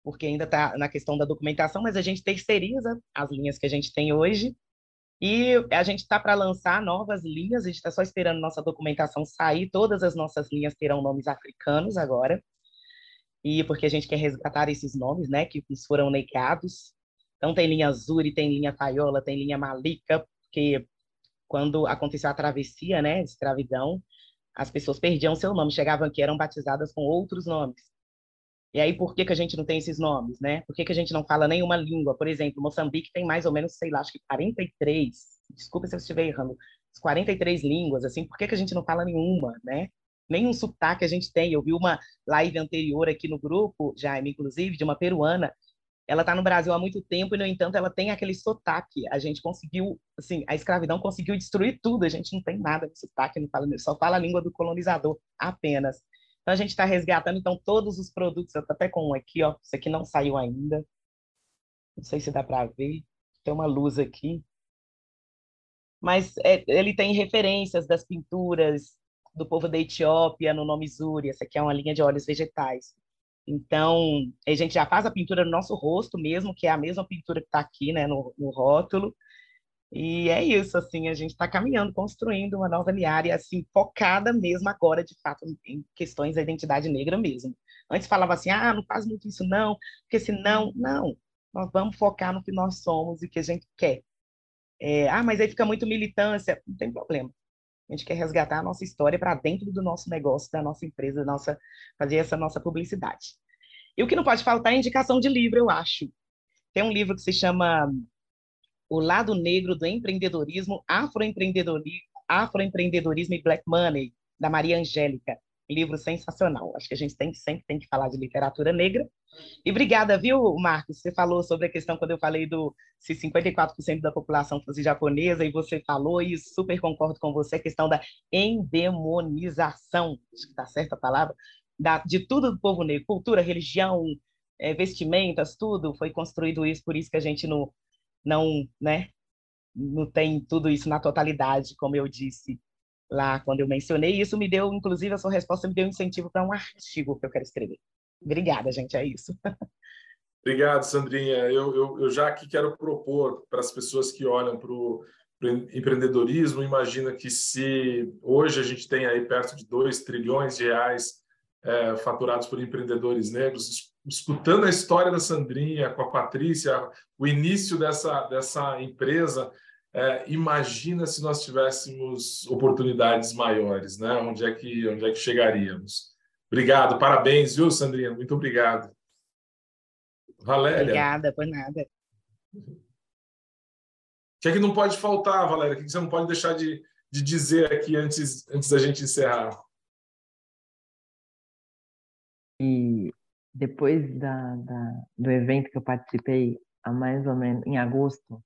porque ainda está na questão da documentação, mas a gente terceiriza as linhas que a gente tem hoje e a gente está para lançar novas linhas, a gente está só esperando nossa documentação sair, todas as nossas linhas terão nomes africanos agora, e porque a gente quer resgatar esses nomes, né, que nos foram negados. Então tem linha Zuri, tem linha Faiola, tem linha Malika, porque quando aconteceu a travessia, né, de escravidão, as pessoas perdiam seu nome, chegavam aqui, eram batizadas com outros nomes. E aí, por que que a gente não tem esses nomes, né? Por que que a gente não fala nenhuma língua? Por exemplo, Moçambique tem mais ou menos, sei lá, acho que 43, desculpa se eu estiver errando, 43 línguas, assim, por que que a gente não fala nenhuma, né? Nenhum sotaque a gente tem. Eu vi uma live anterior aqui no grupo, Jaime, inclusive, de uma peruana. Ela está no Brasil há muito tempo e, no entanto, ela tem aquele sotaque. A gente conseguiu, assim, a escravidão conseguiu destruir tudo. A gente não tem nada de sotaque, não fala, só fala a língua do colonizador apenas. Então, a gente está resgatando, então, todos os produtos. Eu estou até com um aqui, ó. Esse aqui não saiu ainda. Não sei se dá para ver. Tem uma luz aqui. Mas ele tem referências das pinturas do povo da Etiópia no nome Zuri. Essa aqui é uma linha de óleos vegetais. Então, a gente já faz a pintura no nosso rosto mesmo, que é a mesma pintura que está aqui, né, no rótulo. E é isso, assim, a gente está caminhando, construindo uma nova área, assim, focada mesmo agora, de fato, em questões da identidade negra mesmo. Antes falava assim, ah, não faz muito isso não, porque senão, não, nós vamos focar no que nós somos e que a gente quer. Mas aí fica muito militância, não tem problema. A gente quer resgatar a nossa história para dentro do nosso negócio, da nossa empresa, fazer essa nossa publicidade. E o que não pode faltar é indicação de livro, eu acho. Tem um livro que se chama O Lado Negro do Empreendedorismo, Afroempreendedorismo e Black Money, da Maria Angélica. Livro sensacional. Acho que a gente sempre tem que falar de literatura negra. E obrigada, viu, Marcos? Você falou sobre a questão quando eu falei do se 54% da população fosse japonesa, e você falou, e super concordo com você, a questão da endemonização, acho que está certa a palavra, de tudo do povo negro, cultura, religião, vestimentas, tudo foi construído isso, por isso que a gente não, né, não tem tudo isso na totalidade, como eu disse lá quando eu mencionei. Isso me deu, inclusive, a sua resposta me deu incentivo para um artigo que eu quero escrever. Obrigada, gente, é isso. Obrigado, Sandrinha. Eu já aqui quero propor para as pessoas que olham para o empreendedorismo, imagina que se hoje a gente tem aí perto de 2 trilhões de reais faturados por empreendedores negros, escutando a história da Sandrinha com a Patrícia, o início dessa empresa, imagina se nós tivéssemos oportunidades maiores, né? Onde é que chegaríamos? Obrigado, parabéns, viu, Sandrinha? Muito obrigado. Valéria, Obrigada, por nada. o que é que não pode faltar, Valéria? O que você não pode deixar de dizer aqui antes da gente encerrar? E depois do evento que eu participei há mais ou menos em agosto,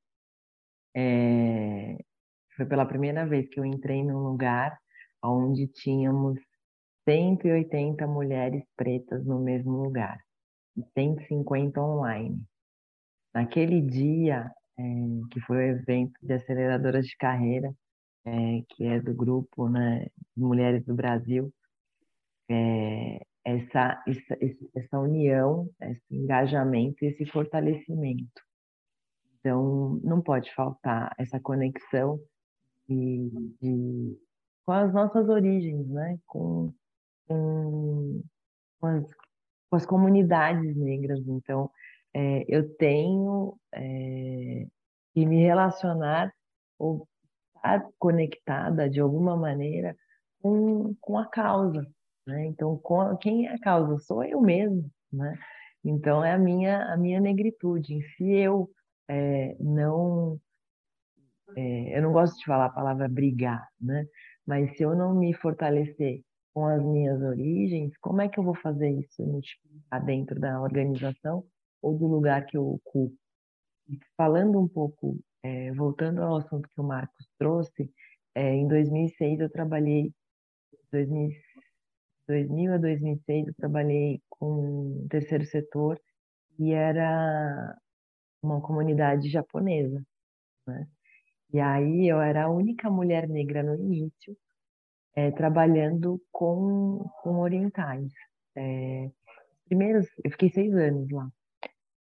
foi pela primeira vez que eu entrei num lugar onde tínhamos 180 mulheres pretas no mesmo lugar, e 150 online. Naquele dia, que foi o evento de aceleradoras de carreira, que é do grupo, né, Mulheres do Brasil, essa união, esse engajamento, esse fortalecimento. Então, não pode faltar essa conexão de, com as nossas origens, né? Com, as, com as comunidades negras. Então, eu tenho que me relacionar ou estar conectada de alguma maneira com a causa, né? Então, quem é a causa? Sou eu mesmo, né? Então, é a minha negritude. Se eu não eu não gosto de falar a palavra brigar, né? Mas se eu não me fortalecer com as minhas origens, como é que eu vou fazer isso multiplicar dentro da organização ou do lugar que eu ocupo? E falando um pouco, voltando ao assunto que o Marcos trouxe, em 2006 eu trabalhei, 2000, 2000 a 2006 eu trabalhei com o terceiro setor e era uma comunidade japonesa, né? E aí eu era a única mulher negra no início, trabalhando com orientais. Primeiros, eu fiquei 6 anos lá.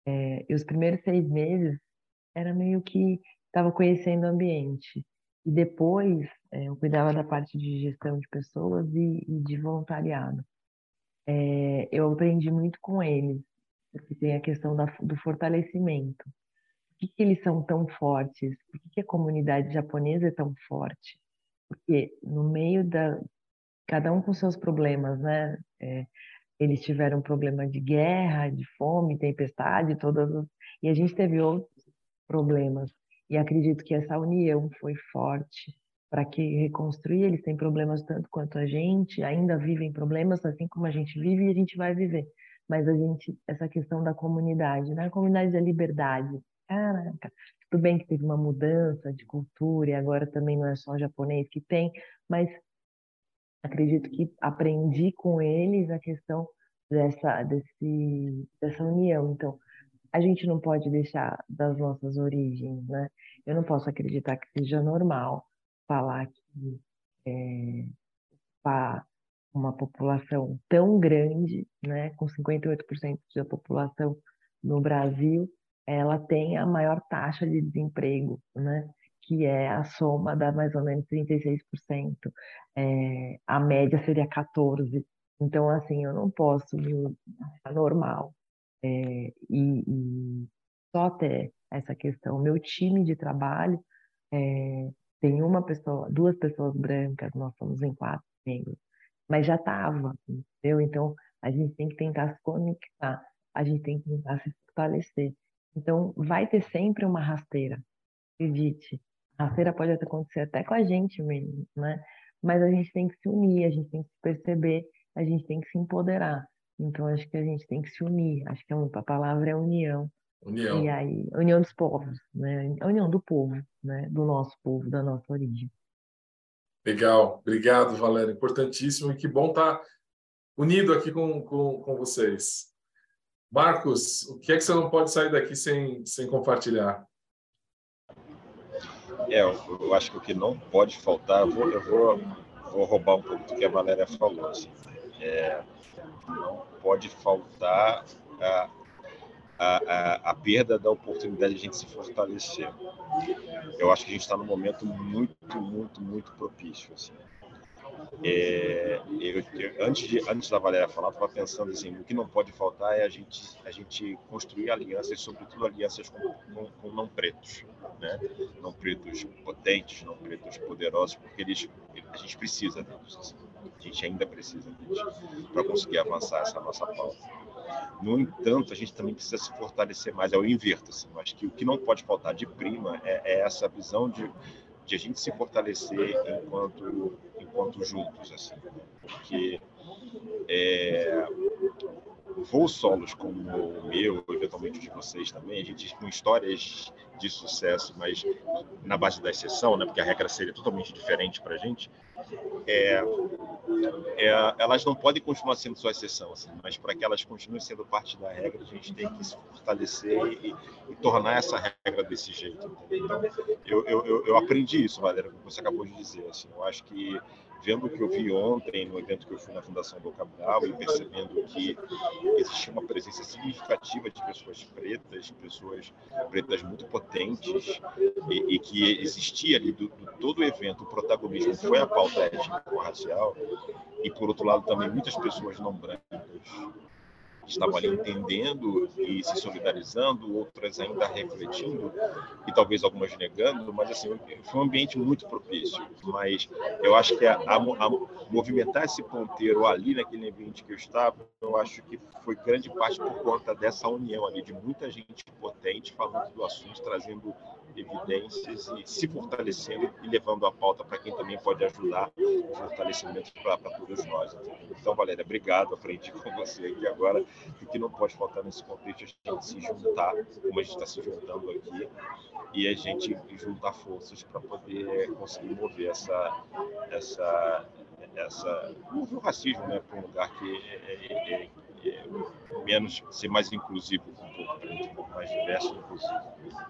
E os primeiros 6 meses era meio que estava conhecendo o ambiente. E depois eu cuidava da parte de gestão de pessoas e de voluntariado. Eu aprendi muito com eles, porque tem a questão do fortalecimento. Por que eles são tão fortes? Por que a comunidade japonesa é tão forte? Porque no meio cada um com seus problemas, né? Eles tiveram problema de guerra, de fome, tempestade, e a gente teve outros problemas. E acredito que essa união foi forte para que reconstruir. Eles têm problemas tanto quanto a gente, ainda vivem problemas, assim como a gente vive e a gente vai viver. Mas essa questão da comunidade, né? A comunidade da liberdade. Caraca, tudo bem que teve uma mudança de cultura e agora também não é só japonês que tem, mas acredito que aprendi com eles a questão dessa união. Então, a gente não pode deixar das nossas origens, né? Eu não posso acreditar que seja normal falar que para uma população tão grande, né, com 58% da população no Brasil, ela tem a maior taxa de desemprego, né? Que é a soma da mais ou menos 36%. A média seria 14%. Então, assim, eu não posso me achar normal. E só ter essa questão. Meu time de trabalho tem uma pessoa, 2 pessoas brancas, nós somos em 4 negros, mas já estava, entendeu? Então, a gente tem que tentar se conectar, a gente tem que tentar se fortalecer. Então, vai ter sempre uma rasteira, acredite. A rasteira pode acontecer até com a gente mesmo, né? Mas a gente tem que se unir, a gente tem que se perceber, a gente tem que se empoderar. Então, acho que a gente tem que se unir. Acho que a palavra é união. E União. aí, a união dos povos, né? A união do povo, né? Do nosso povo, da nossa origem. Legal. Obrigado, Valéria. Importantíssimo e que bom estar unido aqui com vocês. Marcos, o que é que você não pode sair daqui sem compartilhar? Eu acho que o que não pode faltar, eu vou roubar um pouco do que a Valéria falou. Assim. Não pode faltar a perda da oportunidade de a gente se fortalecer. Eu acho que a gente está num momento muito, muito, muito propício. Assim. Antes da Valéria falar, eu estava pensando assim, o que não pode faltar é a gente construir alianças, sobretudo alianças com não pretos, né? Não pretos potentes, não pretos poderosos, porque a gente precisa deles, assim. A gente ainda precisa deles para conseguir avançar essa nossa pauta. No entanto, a gente também precisa se fortalecer mais. Eu inverto, assim. Eu acho que o que não pode faltar de prima é essa visão de a gente se fortalecer enquanto juntos, assim, porque voos solos como o meu, eventualmente de vocês também, a gente com histórias de sucesso, mas na base da exceção, né, porque a regra seria totalmente diferente para a gente, elas não podem continuar sendo só exceção, assim, mas para que elas continuem sendo parte da regra, a gente tem que se fortalecer e tornar essa regra desse jeito. Então, eu aprendi isso, Valéria, como você acabou de dizer. Assim, eu acho que, vendo o que eu vi ontem no evento que eu fui na Fundação Dom Cabral e percebendo que existia uma presença significativa de pessoas pretas muito potentes e que existia ali do todo o evento, o protagonismo foi a pauta étnico-racial. E, por outro lado, também muitas pessoas não brancas estavam ali entendendo e se solidarizando, outras ainda refletindo e talvez algumas negando, mas assim, foi um ambiente muito propício. Mas eu acho que a movimentar esse ponteiro ali naquele ambiente que eu estava, eu acho que foi grande parte por conta dessa união ali, de muita gente potente falando do assunto, trazendo evidências e se fortalecendo e levando a pauta para quem também pode ajudar o fortalecimento para todos nós. Entendeu? Então, Valéria, obrigado, aprendi com você aqui agora. O que não pode faltar nesse contexto é a gente se juntar, como a gente está se juntando aqui, e a gente juntar forças para poder conseguir mover mover o racismo, né, para um lugar que menos, ser mais inclusivo, um pouco mais diverso e inclusivo.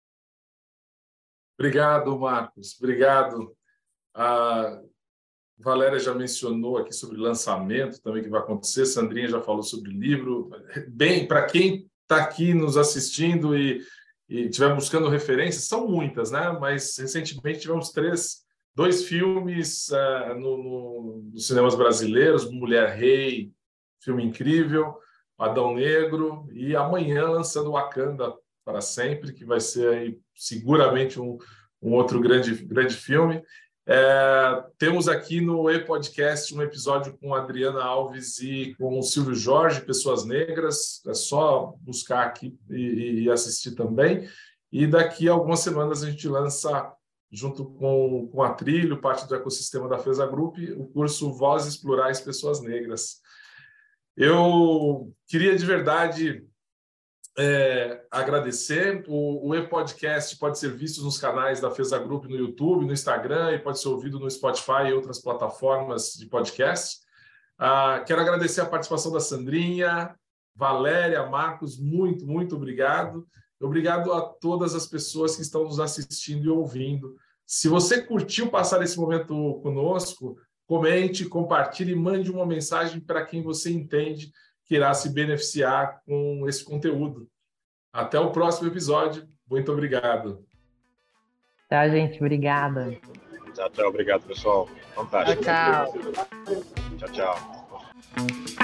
Obrigado, Marcos. Obrigado. A Valéria já mencionou aqui sobre lançamento também que vai acontecer. Sandrinha já falou sobre o livro. Bem, para quem está aqui nos assistindo e estiver buscando referências, são muitas, né? Mas recentemente tivemos dois filmes nos cinemas brasileiros, Mulher Rei, filme incrível, Adão Negro, e amanhã lançando Wakanda para Sempre, que vai ser aí, seguramente um outro grande filme. Temos aqui no E-Podcast um episódio com a Adriana Alves e com o Silvio Jorge, Pessoas Negras. É só buscar aqui e assistir também. E daqui a algumas semanas a gente lança, junto com a Trilho, parte do ecossistema da FESA Group, o curso Vozes Plurais Pessoas Negras. Eu queria de verdade agradecer. O E-Podcast pode ser visto nos canais da FESA Group no YouTube, no Instagram, e pode ser ouvido no Spotify e outras plataformas de podcast. Quero agradecer a participação da Sandrinha, Valéria, Marcos, muito, muito obrigado. Obrigado a todas as pessoas que estão nos assistindo e ouvindo. Se você curtiu passar esse momento conosco, comente, compartilhe e mande uma mensagem para quem você entende que irá se beneficiar com esse conteúdo. Até o próximo episódio. Muito obrigado. Tchau, gente. Obrigada. Tchau, obrigado, pessoal. Fantástico. Tchau. Tchau, tchau.